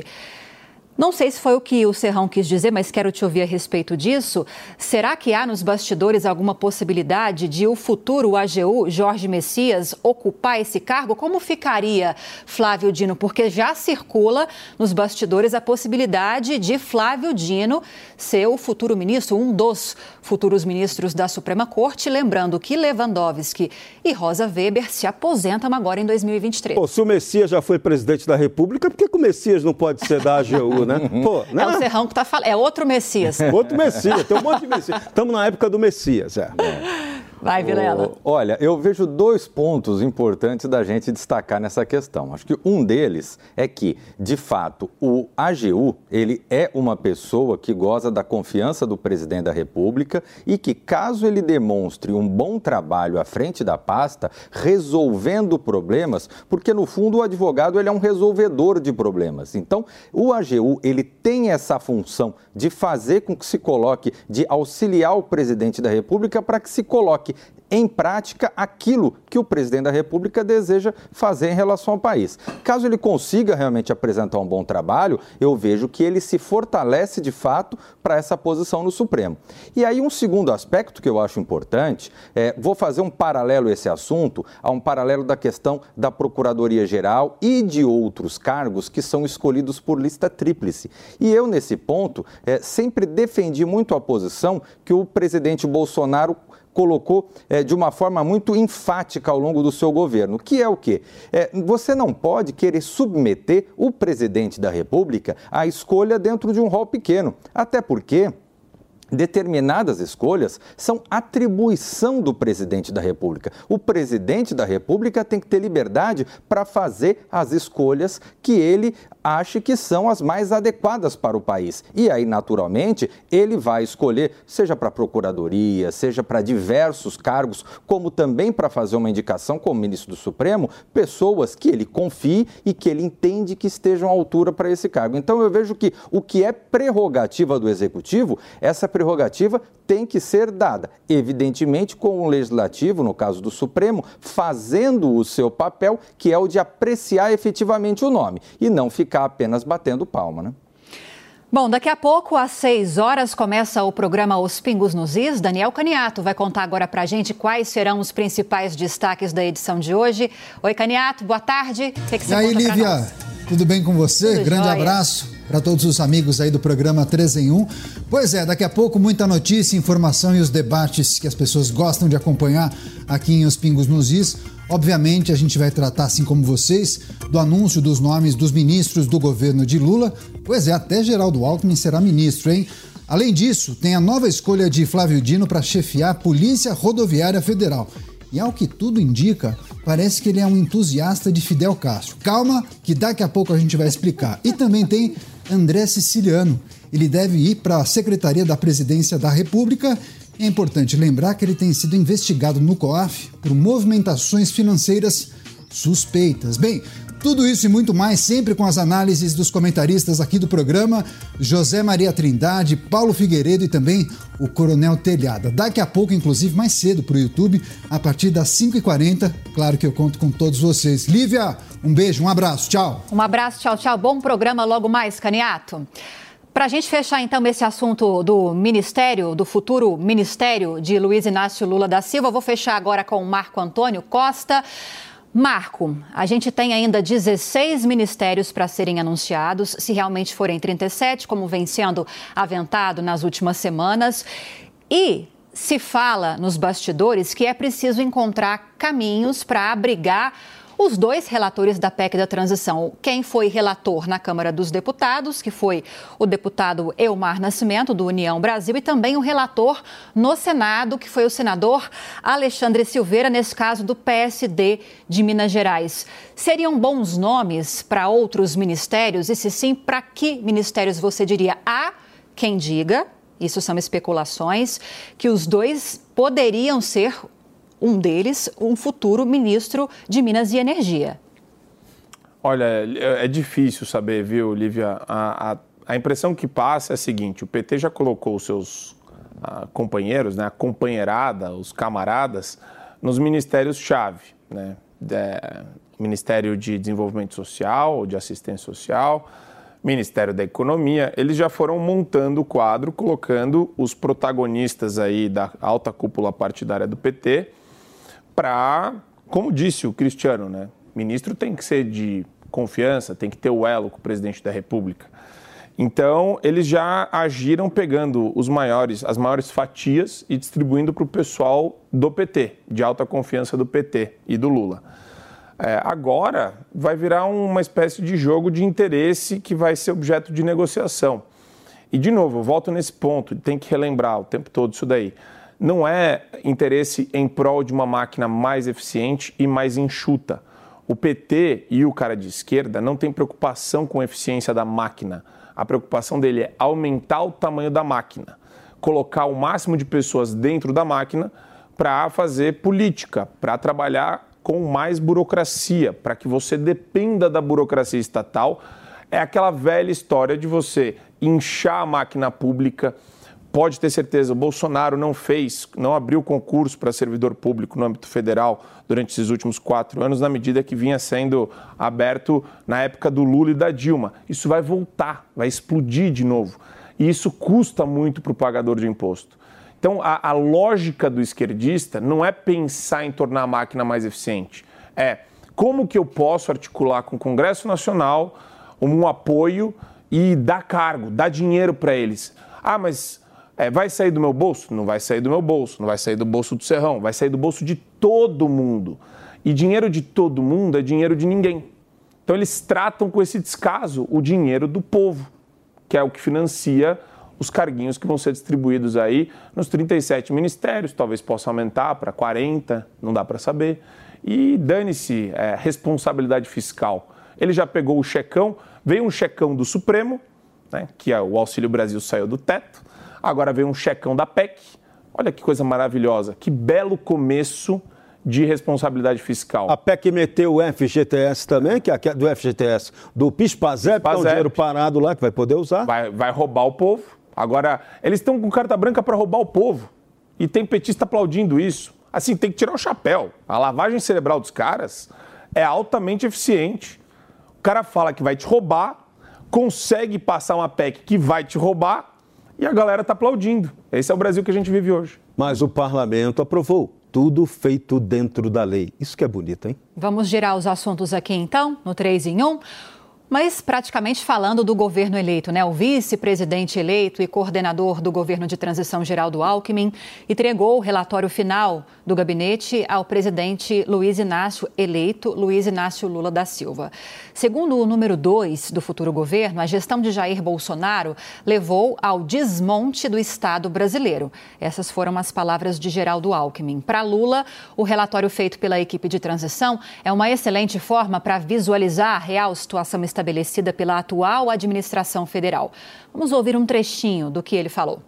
Não sei se foi o que o Serrão quis dizer, mas quero te ouvir a respeito disso. Será que há nos bastidores alguma possibilidade de o futuro AGU, Jorge Messias, ocupar esse cargo? Como ficaria, Flávio Dino? Porque já circula nos bastidores a possibilidade de Flávio Dino ser o futuro ministro, um dos futuros ministros da Suprema Corte. Lembrando que Lewandowski e Rosa Weber se aposentam agora em 2023. Se o Messias já foi presidente da República, por que o Messias não pode ser da AGU? É o Serrão que está falando. É outro Messias. Outro Messias, tem um monte de Messias. Estamos na época do Messias. Vai, Vilela. Olha, eu vejo 2 pontos importantes da gente destacar nessa questão. Acho que um deles é que, de fato, o AGU, ele é uma pessoa que goza da confiança do presidente da República e que, caso ele demonstre um bom trabalho à frente da pasta, resolvendo problemas, porque, no fundo, o advogado ele é um resolvedor de problemas. Então, o AGU, ele tem essa função de fazer com que se coloque, de auxiliar o presidente da República para que se coloque em prática aquilo que o presidente da República deseja fazer em relação ao país. Caso ele consiga realmente apresentar um bom trabalho, eu vejo que ele se fortalece de fato para essa posição no Supremo. E aí um segundo aspecto que eu acho importante, vou fazer um paralelo a esse assunto, a um paralelo da questão da Procuradoria-Geral e de outros cargos que são escolhidos por lista tríplice. E eu, nesse ponto, sempre defendi muito a posição que o presidente Bolsonaro colocou de uma forma muito enfática ao longo do seu governo, que é o quê? Você não pode querer submeter o presidente da República à escolha dentro de um rol pequeno, até porque determinadas escolhas são atribuição do presidente da República. O presidente da República tem que ter liberdade para fazer as escolhas que ele ache que são as mais adequadas para o país. E aí, naturalmente, ele vai escolher, seja para a Procuradoria, seja para diversos cargos, como também para fazer uma indicação como ministro do Supremo, pessoas que ele confie e que ele entende que estejam à altura para esse cargo. Então, eu vejo que o que é prerrogativa do Executivo, essa prerrogativa tem que ser dada, evidentemente com o Legislativo, no caso do Supremo, fazendo o seu papel, que é o de apreciar efetivamente o nome, e não ficar apenas batendo palma, né? Bom, daqui a pouco, às 6 horas, começa o programa Os Pingos nos Is. Daniel Caniato vai contar agora pra gente quais serão os principais destaques da edição de hoje. Oi, Caniato, boa tarde. O que você conta pra nós? E aí, Lívia, tudo bem com você? Tudo Grande jóia. abraço para todos os amigos aí do programa 3 em 1. Pois é, daqui a pouco muita notícia, informação e os debates que as pessoas gostam de acompanhar aqui em Os Pingos nos Is. Obviamente, a gente vai tratar, assim como vocês, do anúncio dos nomes dos ministros do governo de Lula. Pois é, até Geraldo Alckmin será ministro, hein? Além disso, tem a nova escolha de Flávio Dino para chefiar a Polícia Rodoviária Federal. E ao que tudo indica, parece que ele é um entusiasta de Fidel Castro. Calma, que daqui a pouco a gente vai explicar. E também tem André Siciliano. Ele deve ir para a Secretaria da Presidência da República. É importante lembrar que ele tem sido investigado no COAF por movimentações financeiras suspeitas. Bem, tudo isso e muito mais, sempre com as análises dos comentaristas aqui do programa, José Maria Trindade, Paulo Figueiredo e também o Coronel Telhada. Daqui a pouco, inclusive, mais cedo para o YouTube, a partir das 5h40. Claro que eu conto com todos vocês. Lívia, um beijo, um abraço, tchau. Um abraço, tchau, tchau. Bom programa logo mais, Caniato. Para a gente fechar, então, esse assunto do ministério, do futuro ministério de Luiz Inácio Lula da Silva, eu vou fechar agora com o Marco Antônio Costa. Marco, a gente tem ainda 16 ministérios para serem anunciados, se realmente forem 37, como vem sendo aventado nas últimas semanas. E se fala nos bastidores que é preciso encontrar caminhos para abrigar os dois relatores da PEC da transição. Quem foi relator na Câmara dos Deputados, que foi o deputado Elmar Nascimento, do União Brasil, e também o relator no Senado, que foi o senador Alexandre Silveira, nesse caso do PSD de Minas Gerais. Seriam bons nomes para outros ministérios? E se sim, para que ministérios você diria? Há quem diga, isso são especulações, que os dois poderiam ser um deles, um futuro ministro de Minas e Energia. Olha, é difícil saber, viu, Lívia? A impressão que passa é a seguinte: o PT já colocou os seus companheiros, né, a companheirada, os camaradas, nos ministérios-chave, né? Ministério de Desenvolvimento Social, de Assistência Social, Ministério da Economia. Eles já foram montando o quadro, colocando os protagonistas aí da alta cúpula partidária do PT para, como disse o Cristiano, né? Ministro tem que ser de confiança, tem que ter o elo com o presidente da República. Então, eles já agiram pegando as maiores fatias e distribuindo para o pessoal do PT, de alta confiança do PT e do Lula. Agora vai virar uma espécie de jogo de interesse que vai ser objeto de negociação. E, de novo, eu volto nesse ponto, tem que relembrar o tempo todo isso daí. Não é interesse em prol de uma máquina mais eficiente e mais enxuta. O PT e o cara de esquerda não tem preocupação com a eficiência da máquina. A preocupação dele é aumentar o tamanho da máquina, colocar o máximo de pessoas dentro da máquina para fazer política, para trabalhar com mais burocracia, para que você dependa da burocracia estatal. É aquela velha história de você inchar a máquina pública. Pode ter certeza, o Bolsonaro não abriu concurso para servidor público no âmbito federal durante esses últimos 4 anos, na medida que vinha sendo aberto na época do Lula e da Dilma. Isso vai voltar, vai explodir de novo. E isso custa muito para o pagador de imposto. Então, a lógica do esquerdista não é pensar em tornar a máquina mais eficiente. É como que eu posso articular com o Congresso Nacional um apoio e dar cargo, dar dinheiro para eles. Mas vai sair do meu bolso? Não vai sair do meu bolso, não vai sair do bolso do Serrão, vai sair do bolso de todo mundo. E dinheiro de todo mundo é dinheiro de ninguém. Então eles tratam com esse descaso o dinheiro do povo, que é o que financia os carguinhos que vão ser distribuídos aí nos 37 ministérios, talvez possa aumentar para 40, não dá para saber. E dane-se, responsabilidade fiscal. Ele já pegou o checão, veio um checão do Supremo, né, que o Auxílio Brasil saiu do teto, agora veio um checão da PEC. Olha que coisa maravilhosa, que belo começo de responsabilidade fiscal. A PEC meteu o FGTS também, que é do FGTS, do PIS/PASEP, que é um dinheiro parado lá que vai poder usar. Vai roubar o povo. Agora, eles estão com carta branca para roubar o povo. E tem petista aplaudindo isso. Assim, tem que tirar o chapéu. A lavagem cerebral dos caras é altamente eficiente. O cara fala que vai te roubar, consegue passar uma PEC que vai te roubar e a galera está aplaudindo. Esse é o Brasil que a gente vive hoje. Mas o parlamento aprovou. Tudo feito dentro da lei. Isso que é bonito, hein? Vamos girar os assuntos aqui, então, no 3 em 1. Mas praticamente falando do governo eleito, né? O vice-presidente eleito e coordenador do governo de transição, Geraldo Alckmin, entregou o relatório final do gabinete ao presidente Luiz Inácio Lula da Silva. Segundo o número 2 do futuro governo, a gestão de Jair Bolsonaro levou ao desmonte do Estado brasileiro. Essas foram as palavras de Geraldo Alckmin. Para Lula, o relatório feito pela equipe de transição é uma excelente forma para visualizar a real situação estabelecida pela atual administração federal. Vamos ouvir um trechinho do que ele falou.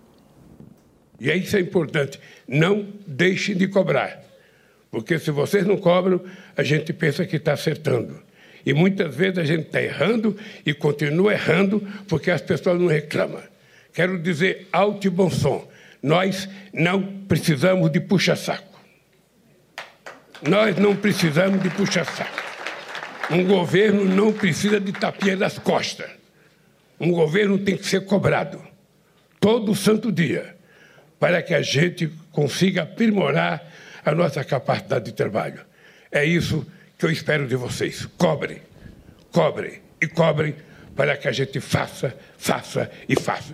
E isso é importante, não deixem de cobrar, porque se vocês não cobram, a gente pensa que está acertando. E muitas vezes a gente está errando e continua errando porque as pessoas não reclamam. Quero dizer alto e bom som, nós não precisamos de puxa-saco. Nós não precisamos de puxa-saco. Um governo não precisa de tapinha das costas. Um governo tem que ser cobrado todo santo dia para que a gente consiga aprimorar a nossa capacidade de trabalho. É isso que eu espero de vocês. Cobrem, cobrem e cobrem para que a gente faça e faça.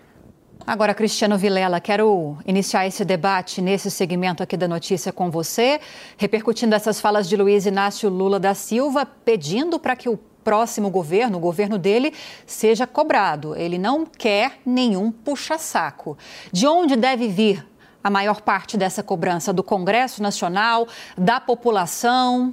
Agora, Cristiano Vilela, quero iniciar esse debate nesse segmento aqui da notícia com você, repercutindo essas falas de Luiz Inácio Lula da Silva, pedindo para que o próximo governo, o governo dele, seja cobrado. Ele não quer nenhum puxa-saco. De onde deve vir a maior parte dessa cobrança? Do Congresso Nacional, da população?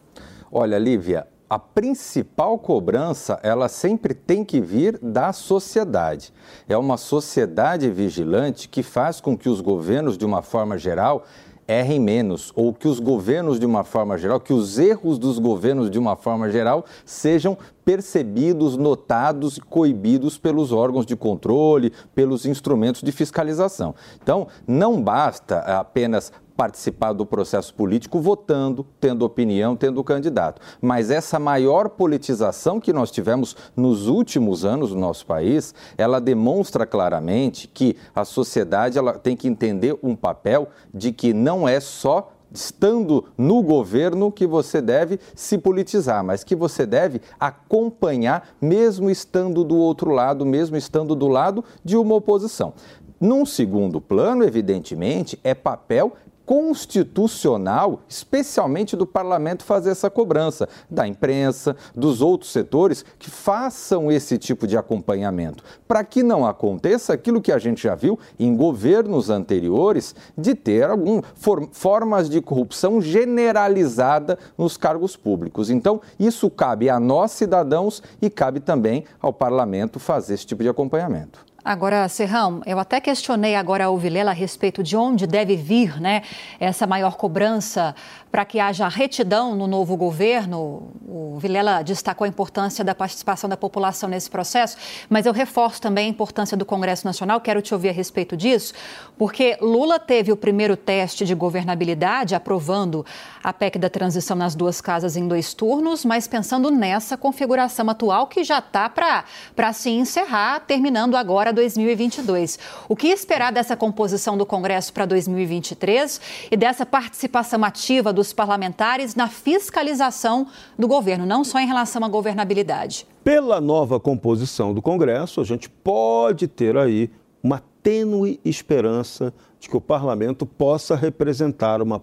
Olha, Lívia, a principal cobrança, ela sempre tem que vir da sociedade. É uma sociedade vigilante que faz com que os governos, de uma forma geral, errem menos, ou que os governos, de uma forma geral, que os erros dos governos, de uma forma geral, sejam percebidos, notados e coibidos pelos órgãos de controle, pelos instrumentos de fiscalização. Então, não basta apenas participar do processo político votando, tendo opinião, tendo candidato. Mas essa maior politização que nós tivemos nos últimos anos no nosso país, ela demonstra claramente que a sociedade ela tem que entender um papel de que não é só estando no governo que você deve se politizar, mas que você deve acompanhar mesmo estando do outro lado, mesmo estando do lado de uma oposição. Num segundo plano, evidentemente, é papel constitucional, especialmente do parlamento, fazer essa cobrança, da imprensa, dos outros setores, que façam esse tipo de acompanhamento, para que não aconteça aquilo que a gente já viu em governos anteriores, de ter formas de corrupção generalizada nos cargos públicos. Então, isso cabe a nós, cidadãos, e cabe também ao parlamento fazer esse tipo de acompanhamento. Agora, Serrão, eu até questionei agora o Vilela a respeito de onde deve vir, né, essa maior cobrança para que haja retidão no novo governo. O Vilela destacou a importância da participação da população nesse processo, mas eu reforço também a importância do Congresso Nacional, quero te ouvir a respeito disso, porque Lula teve o primeiro teste de governabilidade, aprovando a PEC da transição nas duas casas em 2 turnos, mas pensando nessa configuração atual que já está para se encerrar, terminando agora 2022. O que esperar dessa composição do Congresso para 2023 e dessa participação ativa dos parlamentares na fiscalização do governo, não só em relação à governabilidade? Pela nova composição do Congresso, a gente pode ter aí uma tênue esperança de que o parlamento possa representar uma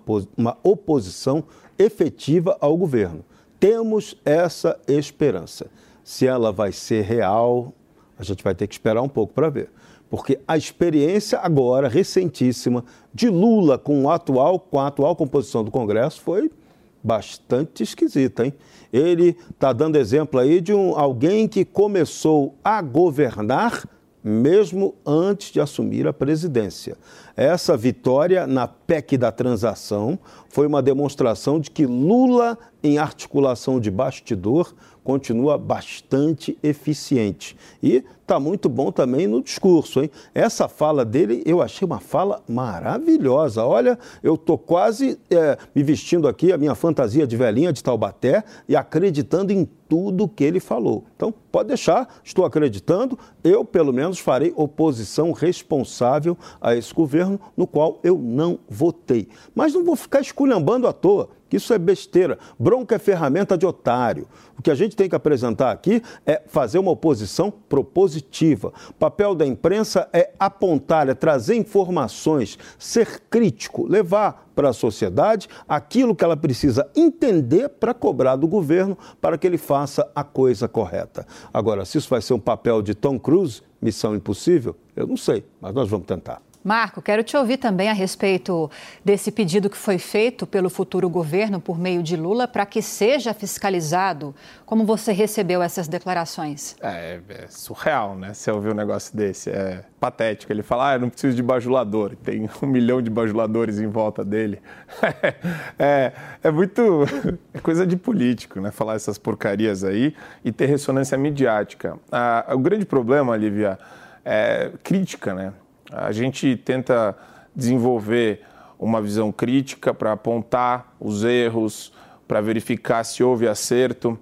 oposição efetiva ao governo. Temos essa esperança. Se ela vai ser real, a gente vai ter que esperar um pouco para ver. Porque a experiência agora, recentíssima, de Lula com a atual composição do Congresso foi bastante esquisita, hein? Ele está dando exemplo aí de alguém que começou a governar mesmo antes de assumir a presidência. Essa vitória na PEC da transação foi uma demonstração de que Lula, em articulação de bastidor, continua bastante eficiente. E está muito bom também no discurso, hein? Essa fala dele, eu achei uma fala maravilhosa. Olha, eu estou quase me vestindo aqui, a minha fantasia de velhinha de Taubaté, e acreditando em tudo que ele falou. Então, pode deixar, estou acreditando. Eu, pelo menos, farei oposição responsável a esse governo, no qual eu não votei. Mas não vou ficar esculhambando à toa. Isso é besteira. Bronca é ferramenta de otário. O que a gente tem que apresentar aqui é fazer uma oposição propositiva. O papel da imprensa é apontar, é trazer informações, ser crítico, levar para a sociedade aquilo que ela precisa entender para cobrar do governo para que ele faça a coisa correta. Agora, se isso vai ser um papel de Tom Cruise, Missão Impossível, eu não sei, mas nós vamos tentar. Marco, quero te ouvir também a respeito desse pedido que foi feito pelo futuro governo por meio de Lula para que seja fiscalizado. Como você recebeu essas declarações? É surreal, né? Você ouvir um negócio desse. É patético. Ele fala, eu não preciso de bajulador. Tem 1 milhão de bajuladores em volta dele. É muito... É coisa de político, né? Falar essas porcarias aí e ter ressonância midiática. O grande problema, Lívia, é crítica, né? A gente tenta desenvolver uma visão crítica para apontar os erros, para verificar se houve acerto.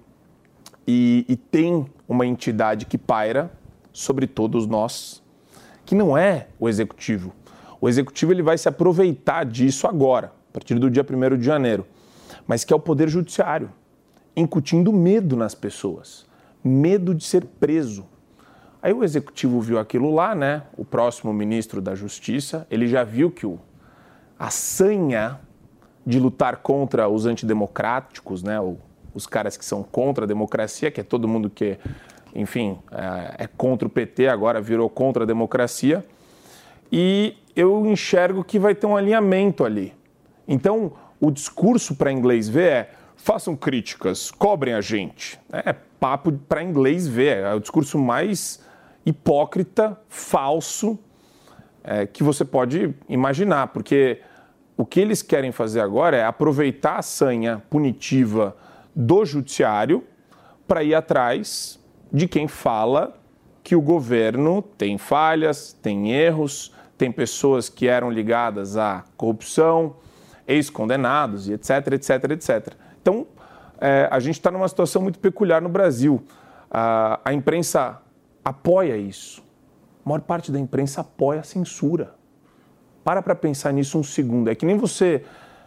E tem uma entidade que paira sobre todos nós, que não é o Executivo. O Executivo ele vai se aproveitar disso agora, a partir do dia 1º de janeiro, mas que é o Poder Judiciário, incutindo medo nas pessoas, medo de ser preso. Aí o Executivo viu aquilo lá, né? O próximo ministro da Justiça, ele já viu que a sanha de lutar contra os antidemocráticos, né? Os caras que são contra a democracia, que é todo mundo que, enfim, é contra o PT, agora virou contra a democracia. E eu enxergo que vai ter um alinhamento ali. Então, o discurso para inglês ver é: façam críticas, cobrem a gente. É papo para inglês ver, é o discurso mais hipócrita, falso, que você pode imaginar, porque o que eles querem fazer agora é aproveitar a sanha punitiva do judiciário para ir atrás de quem fala que o governo tem falhas, tem erros, tem pessoas que eram ligadas à corrupção, ex-condenados e etc, etc, etc. Então, a gente está numa situação muito peculiar no Brasil. A imprensa apoia isso. A maior parte da imprensa apoia a censura. Para pensar nisso um segundo. É que nem você...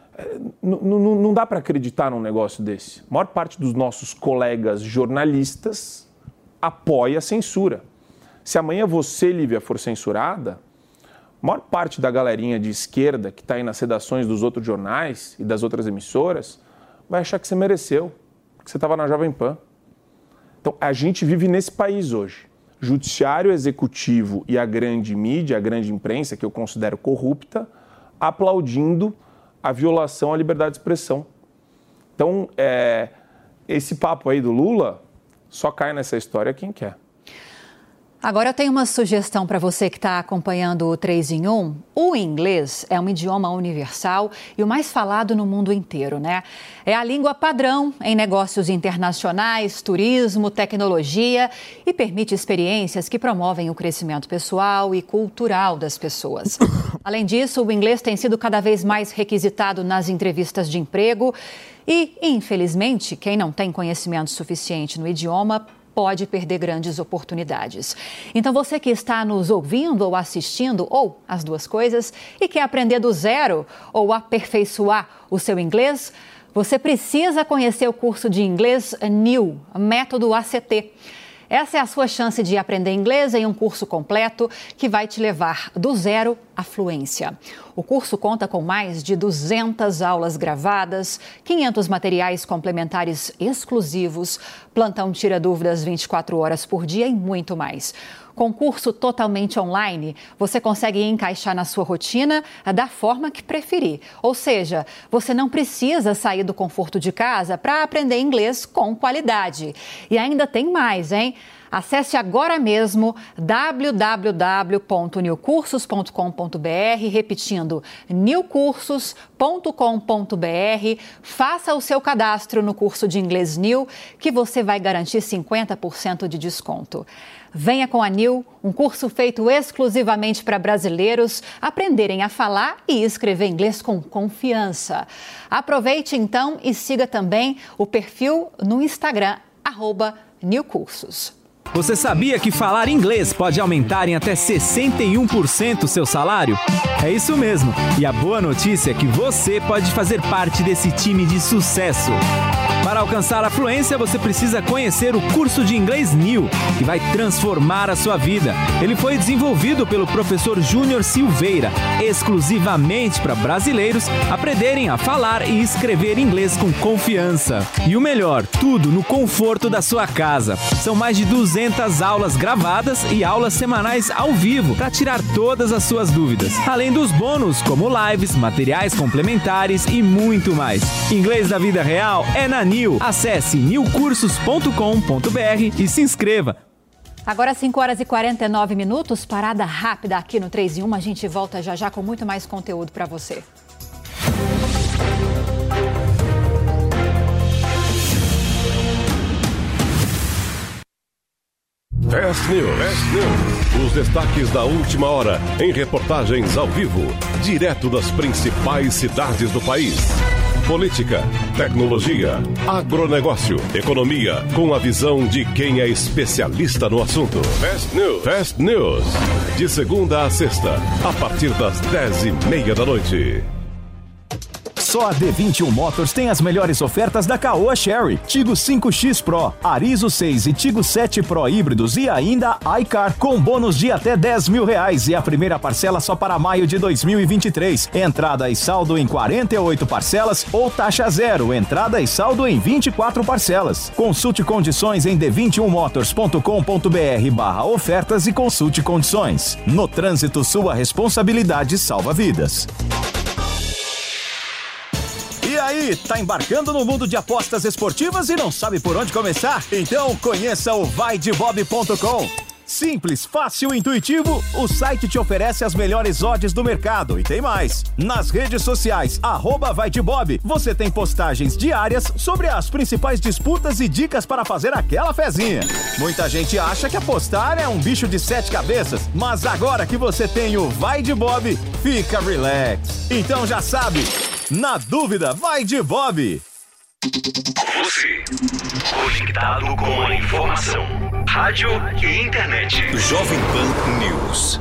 Não dá para acreditar num negócio desse. A maior parte dos nossos colegas jornalistas apoia a censura. Se amanhã você, Lívia, for censurada, a maior parte da galerinha de esquerda que está aí nas redações dos outros jornais e das outras emissoras vai achar que você mereceu, que você estava na Jovem Pan. Então, a gente vive nesse país hoje. Judiciário, executivo e a grande mídia, a grande imprensa, que eu considero corrupta, aplaudindo a violação à liberdade de expressão. Então, esse papo aí do Lula só cai nessa história quem quer. Agora eu tenho uma sugestão para você que está acompanhando o 3 em 1. O inglês é um idioma universal e o mais falado no mundo inteiro, né? É a língua padrão em negócios internacionais, turismo, tecnologia e permite experiências que promovem o crescimento pessoal e cultural das pessoas. Além disso, o inglês tem sido cada vez mais requisitado nas entrevistas de emprego e, infelizmente, quem não tem conhecimento suficiente no idioma pode perder grandes oportunidades. Então, você que está nos ouvindo ou assistindo, ou as duas coisas, e quer aprender do zero ou aperfeiçoar o seu inglês, você precisa conhecer o curso de inglês New, método ACT. Essa é a sua chance de aprender inglês em um curso completo que vai te levar do zero à fluência. O curso conta com mais de 200 aulas gravadas, 500 materiais complementares exclusivos, plantão tira dúvidas 24 horas por dia e muito mais. Com curso totalmente online, você consegue encaixar na sua rotina da forma que preferir. Ou seja, você não precisa sair do conforto de casa para aprender inglês com qualidade. E ainda tem mais, hein? Acesse agora mesmo www.newcursos.com.br, repetindo, newcursos.com.br. Faça o seu cadastro no curso de inglês New, que você vai garantir 50% de desconto. Venha com a New, um curso feito exclusivamente para brasileiros aprenderem a falar e escrever inglês com confiança. Aproveite então e siga também o perfil no Instagram, @newcursos. Você sabia que falar inglês pode aumentar em até 61% o seu salário? É isso mesmo. E a boa notícia é que você pode fazer parte desse time de sucesso. Para alcançar a fluência, você precisa conhecer o curso de inglês New, que vai transformar a sua vida. Ele foi desenvolvido pelo professor Júnior Silveira, exclusivamente para brasileiros aprenderem a falar e escrever inglês com confiança. E o melhor, tudo no conforto da sua casa. São mais de 200 aulas gravadas e aulas semanais ao vivo para tirar todas as suas dúvidas. Além dos bônus, como lives, materiais complementares e muito mais. Inglês da vida real é na New. Acesse newcursos.com.br e se inscreva. Agora 5h49, parada rápida aqui no 3 em 1. A gente volta já já com muito mais conteúdo para você. Fast News. Os destaques da última hora em reportagens ao vivo, direto das principais cidades do país. Política, tecnologia, agronegócio, economia, com a visão de quem é especialista no assunto. Fast News. Fast News. De segunda a sexta, a partir das 10h30 da noite. Só a D21 Motors tem as melhores ofertas da Caoa Chery. Tigo 5X Pro, Arizo 6 e Tigo 7 Pro híbridos e ainda iCar com bônus de até R$10.000 e a primeira parcela só para maio de 2023. Entrada e saldo em 48 parcelas ou taxa zero. Entrada e saldo em 24 parcelas. Consulte condições em d21motors.com.br/ofertas e consulte condições. No trânsito, sua responsabilidade salva vidas. E aí, tá embarcando no mundo de apostas esportivas e não sabe por onde começar? Então conheça o vaidebob.com. Simples, fácil e intuitivo, o site te oferece as melhores odds do mercado. E tem mais. Nas redes sociais, @vaidebob, você tem postagens diárias sobre as principais disputas e dicas para fazer aquela fezinha. Muita gente acha que apostar é um bicho de 7 cabeças, mas agora que você tem o Vai de Bob, fica relax. Então já sabe, na dúvida, vai de Bob. Você, conectado com a informação, rádio e internet. Jovem Pan News.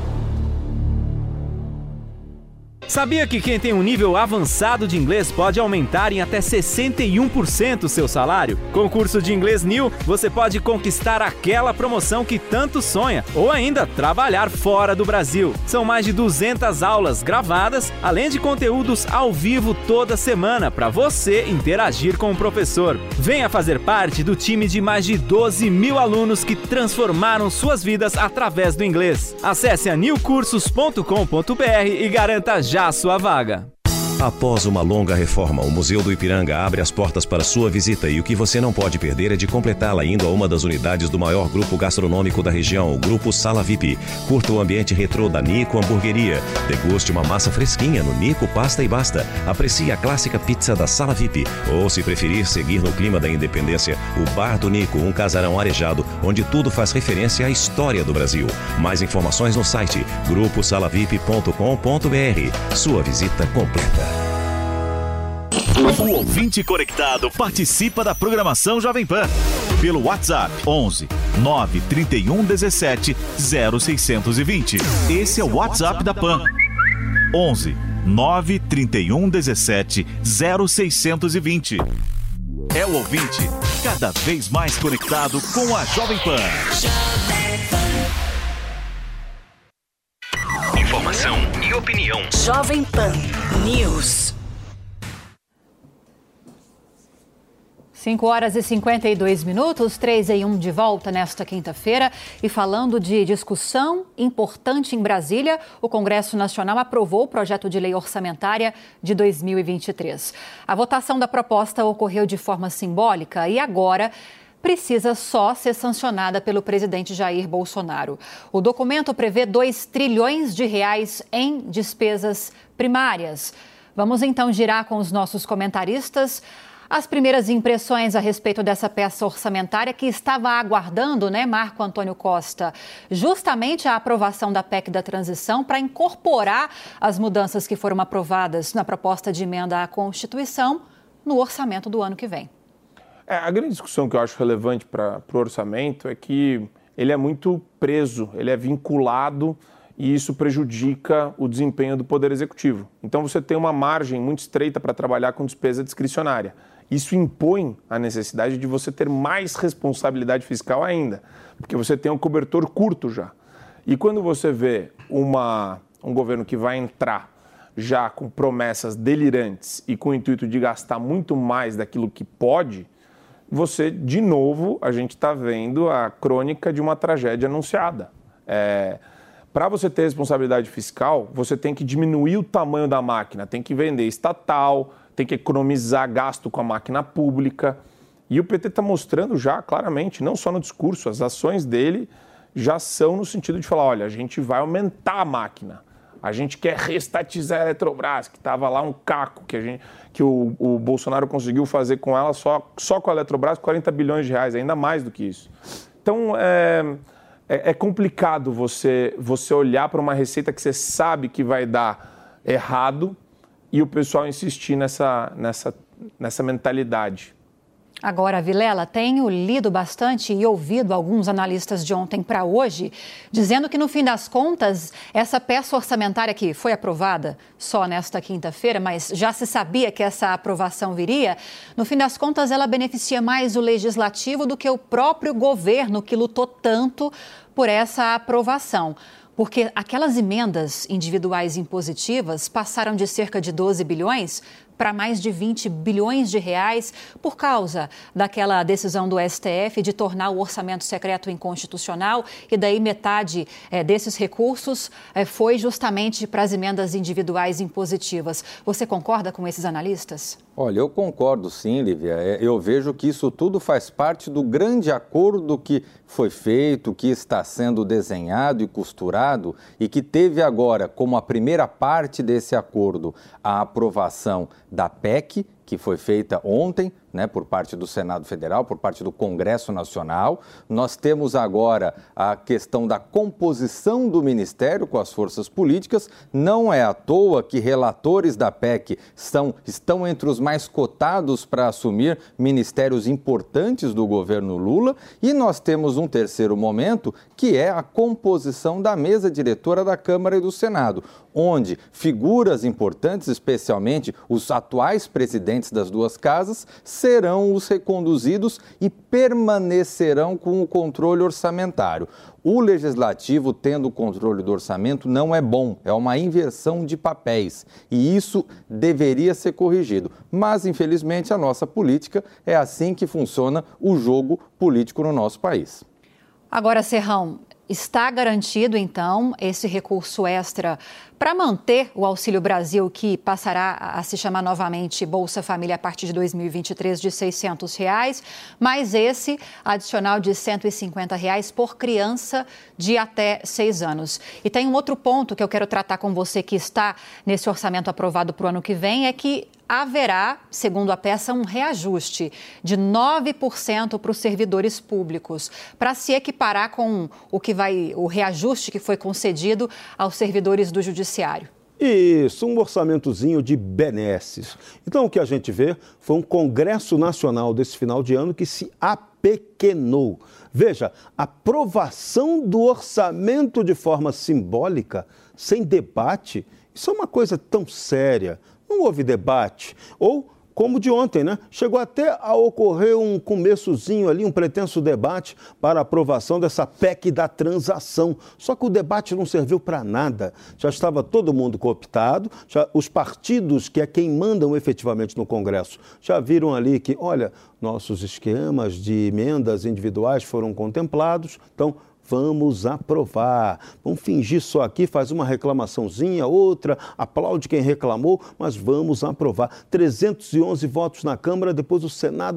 Sabia que quem tem um nível avançado de inglês pode aumentar em até 61% o seu salário? Com o curso de inglês New, você pode conquistar aquela promoção que tanto sonha ou ainda trabalhar fora do Brasil. São mais de 200 aulas gravadas, além de conteúdos ao vivo toda semana para você interagir com o professor. Venha fazer parte do time de mais de 12.000 alunos que transformaram suas vidas através do inglês. Acesse a newcursos.com.br e garanta já a sua vaga. Após uma longa reforma, o Museu do Ipiranga abre as portas para sua visita e o que você não pode perder é de completá-la indo a uma das unidades do maior grupo gastronômico da região, o Grupo Sala VIP. Curta o ambiente retrô da Nico Hamburgueria. Deguste uma massa fresquinha no Nico Pasta e Basta. Aprecie a clássica pizza da Sala VIP. Ou, se preferir seguir no clima da independência, o Bar do Nico, um casarão arejado, onde tudo faz referência à história do Brasil. Mais informações no site gruposalavip.com.br. Sua visita completa. O ouvinte conectado participa da programação Jovem Pan pelo WhatsApp 11 931 17 0620. Esse é o WhatsApp da Pan. 11 931 17 0620. É o ouvinte cada vez mais conectado com a Jovem Pan. Informação e opinião. Jovem Pan News. 5h52, 3 em 1 de volta nesta quinta-feira. E falando de discussão importante em Brasília, o Congresso Nacional aprovou o projeto de lei orçamentária de 2023. A votação da proposta ocorreu de forma simbólica e agora precisa só ser sancionada pelo presidente Jair Bolsonaro. O documento prevê 2 trilhões de reais em despesas primárias. Vamos então girar com os nossos comentaristas as primeiras impressões a respeito dessa peça orçamentária que estava aguardando, né, Marco Antônio Costa, justamente a aprovação da PEC da transição para incorporar as mudanças que foram aprovadas na proposta de emenda à Constituição no orçamento do ano que vem. A grande discussão que eu acho relevante para o orçamento é que ele é muito preso, ele é vinculado e isso prejudica o desempenho do Poder Executivo. Então você tem uma margem muito estreita para trabalhar com despesa discricionária. Isso impõe a necessidade de você ter mais responsabilidade fiscal ainda, porque você tem um cobertor curto já. E quando você vê um governo que vai entrar já com promessas delirantes e com o intuito de gastar muito mais daquilo que pode, você, de novo, a gente está vendo a crônica de uma tragédia anunciada. Para você ter responsabilidade fiscal, você tem que diminuir o tamanho da máquina, tem que vender estatal, tem que economizar gasto com a máquina pública. E o PT está mostrando já claramente, não só no discurso, as ações dele já são no sentido de falar, olha, a gente vai aumentar a máquina, a gente quer reestatizar a Eletrobras, que estava lá um caco que o Bolsonaro conseguiu fazer com ela só com a Eletrobras, 40 bilhões de reais, ainda mais do que isso. Então, é complicado você olhar para uma receita que você sabe que vai dar errado e o pessoal insistir nessa mentalidade. Agora, Vilela, tenho lido bastante e ouvido alguns analistas de ontem para hoje, dizendo que, no fim das contas, essa peça orçamentária que foi aprovada só nesta quinta-feira, mas já se sabia que essa aprovação viria, no fim das contas, ela beneficia mais o legislativo do que o próprio governo, que lutou tanto por essa aprovação. Porque aquelas emendas individuais impositivas passaram de cerca de 12 bilhões para mais de 20 bilhões de reais por causa daquela decisão do STF de tornar o orçamento secreto inconstitucional e daí metade desses recursos foi justamente para as emendas individuais impositivas. Você concorda com esses analistas? Olha, eu concordo sim, Lívia. Eu vejo que isso tudo faz parte do grande acordo que foi feito, que está sendo desenhado e costurado e que teve agora como a primeira parte desse acordo a aprovação da PEC, que foi feita ontem, né, por parte do Senado Federal, por parte do Congresso Nacional. Nós temos agora a questão da composição do Ministério com as forças políticas. Não é à toa que relatores da PEC estão entre os mais cotados para assumir ministérios importantes do governo Lula. E nós temos um terceiro momento, que é a composição da mesa diretora da Câmara e do Senado, onde figuras importantes, especialmente os atuais presidentes das duas casas, serão os reconduzidos e permanecerão com o controle orçamentário. O legislativo, tendo o controle do orçamento, não é bom, é uma inversão de papéis e isso deveria ser corrigido. Mas, infelizmente, a nossa política é assim que funciona o jogo político no nosso país. Agora, Serrão, está garantido, então, esse recurso extra para manter o Auxílio Brasil, que passará a se chamar novamente Bolsa Família a partir de 2023, de R$ 600, mais esse adicional de R$ 150 por criança de até 6 anos. E tem um outro ponto que eu quero tratar com você que está nesse orçamento aprovado para o ano que vem, é que haverá, segundo a peça, um reajuste de 9% para os servidores públicos, para se equiparar com o reajuste que foi concedido aos servidores do Judiciário. Isso, um orçamentozinho de benesses. Então, o que a gente vê foi um Congresso Nacional desse final de ano que se apequenou. Veja, aprovação do orçamento de forma simbólica, sem debate, isso é uma coisa tão séria. Não houve debate. Ou, como de ontem, né? Chegou até a ocorrer um começozinho ali, um pretenso debate para a aprovação dessa PEC da transação. Só que o debate não serviu para nada. Já estava todo mundo cooptado, os partidos, que é quem mandam efetivamente no Congresso, já viram ali que, olha, nossos esquemas de emendas individuais foram contemplados, então vamos aprovar. Vamos fingir só aqui, faz uma reclamaçãozinha, outra, aplaude quem reclamou, mas vamos aprovar. 311 votos na Câmara, depois o Senado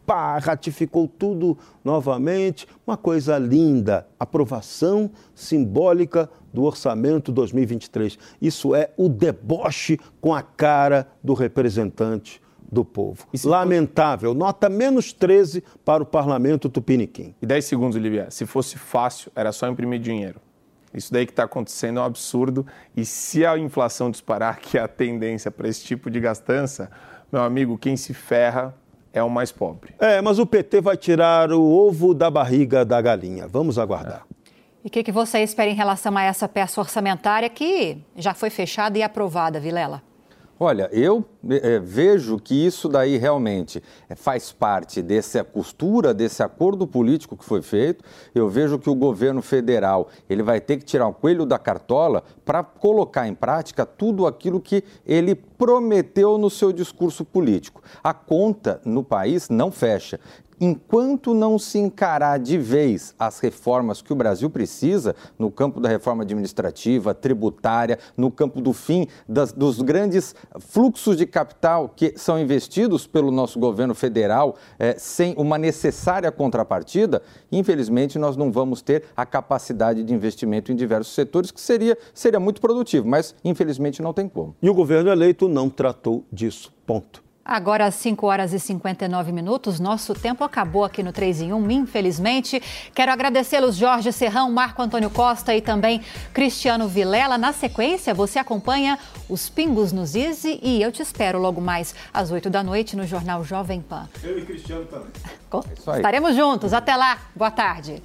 pá, ratificou tudo novamente. Uma coisa linda, aprovação simbólica do orçamento 2023. Isso é o deboche com a cara do representante do povo. Lamentável. Nota menos 13 para o parlamento tupiniquim. E 10 segundos, Olivia. Se fosse fácil, era só imprimir dinheiro. Isso daí que está acontecendo é um absurdo. E se a inflação disparar, que é a tendência para esse tipo de gastança, meu amigo, quem se ferra é o mais pobre. Mas o PT vai tirar o ovo da barriga da galinha. Vamos aguardar. E o que você espera em relação a essa peça orçamentária que já foi fechada e aprovada, Vilela? Olha, eu vejo que isso daí realmente faz parte dessa costura, desse acordo político que foi feito. Eu vejo que o governo federal ele vai ter que tirar o coelho da cartola para colocar em prática tudo aquilo que ele prometeu no seu discurso político. A conta no país não fecha. Enquanto não se encarar de vez as reformas que o Brasil precisa, no campo da reforma administrativa, tributária, no campo do fim dos grandes fluxos de capital que são investidos pelo nosso governo federal sem uma necessária contrapartida, infelizmente nós não vamos ter a capacidade de investimento em diversos setores, que seria muito produtivo, mas infelizmente não tem como. E o governo eleito não tratou disso, ponto. Agora, às 5 horas e 59 minutos, nosso tempo acabou aqui no 3 em 1, infelizmente. Quero agradecê-los Jorge Serrão, Marco Antônio Costa e também Cristiano Vilela. Na sequência, você acompanha os Pingos nos Is e eu te espero logo mais às 8 da noite no Jornal Jovem Pan. Eu e Cristiano também. Estaremos juntos. Até lá. Boa tarde.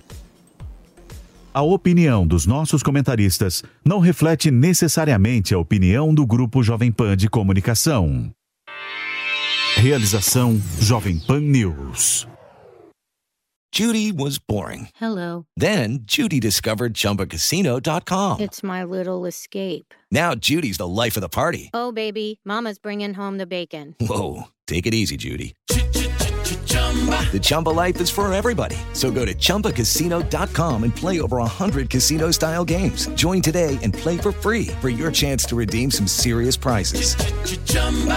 A opinião dos nossos comentaristas não reflete necessariamente a opinião do Grupo Jovem Pan de Comunicação. Realização Jovem Pan News. Judy was boring. Hello. Then Judy discovered ChumbaCasino.com. It's my little escape. Now Judy's the life of the party. Oh, baby, mama's bringing home the bacon. Whoa, take it easy, Judy. The Chumba life is for everybody. So go to ChumbaCasino.com and play over 100 casino-style games. Join today and play for free for your chance to redeem some serious prizes.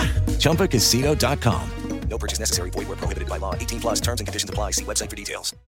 ChumbaCasino.com. No purchase necessary. Void where prohibited by law. 18+ terms and conditions apply. See website for details.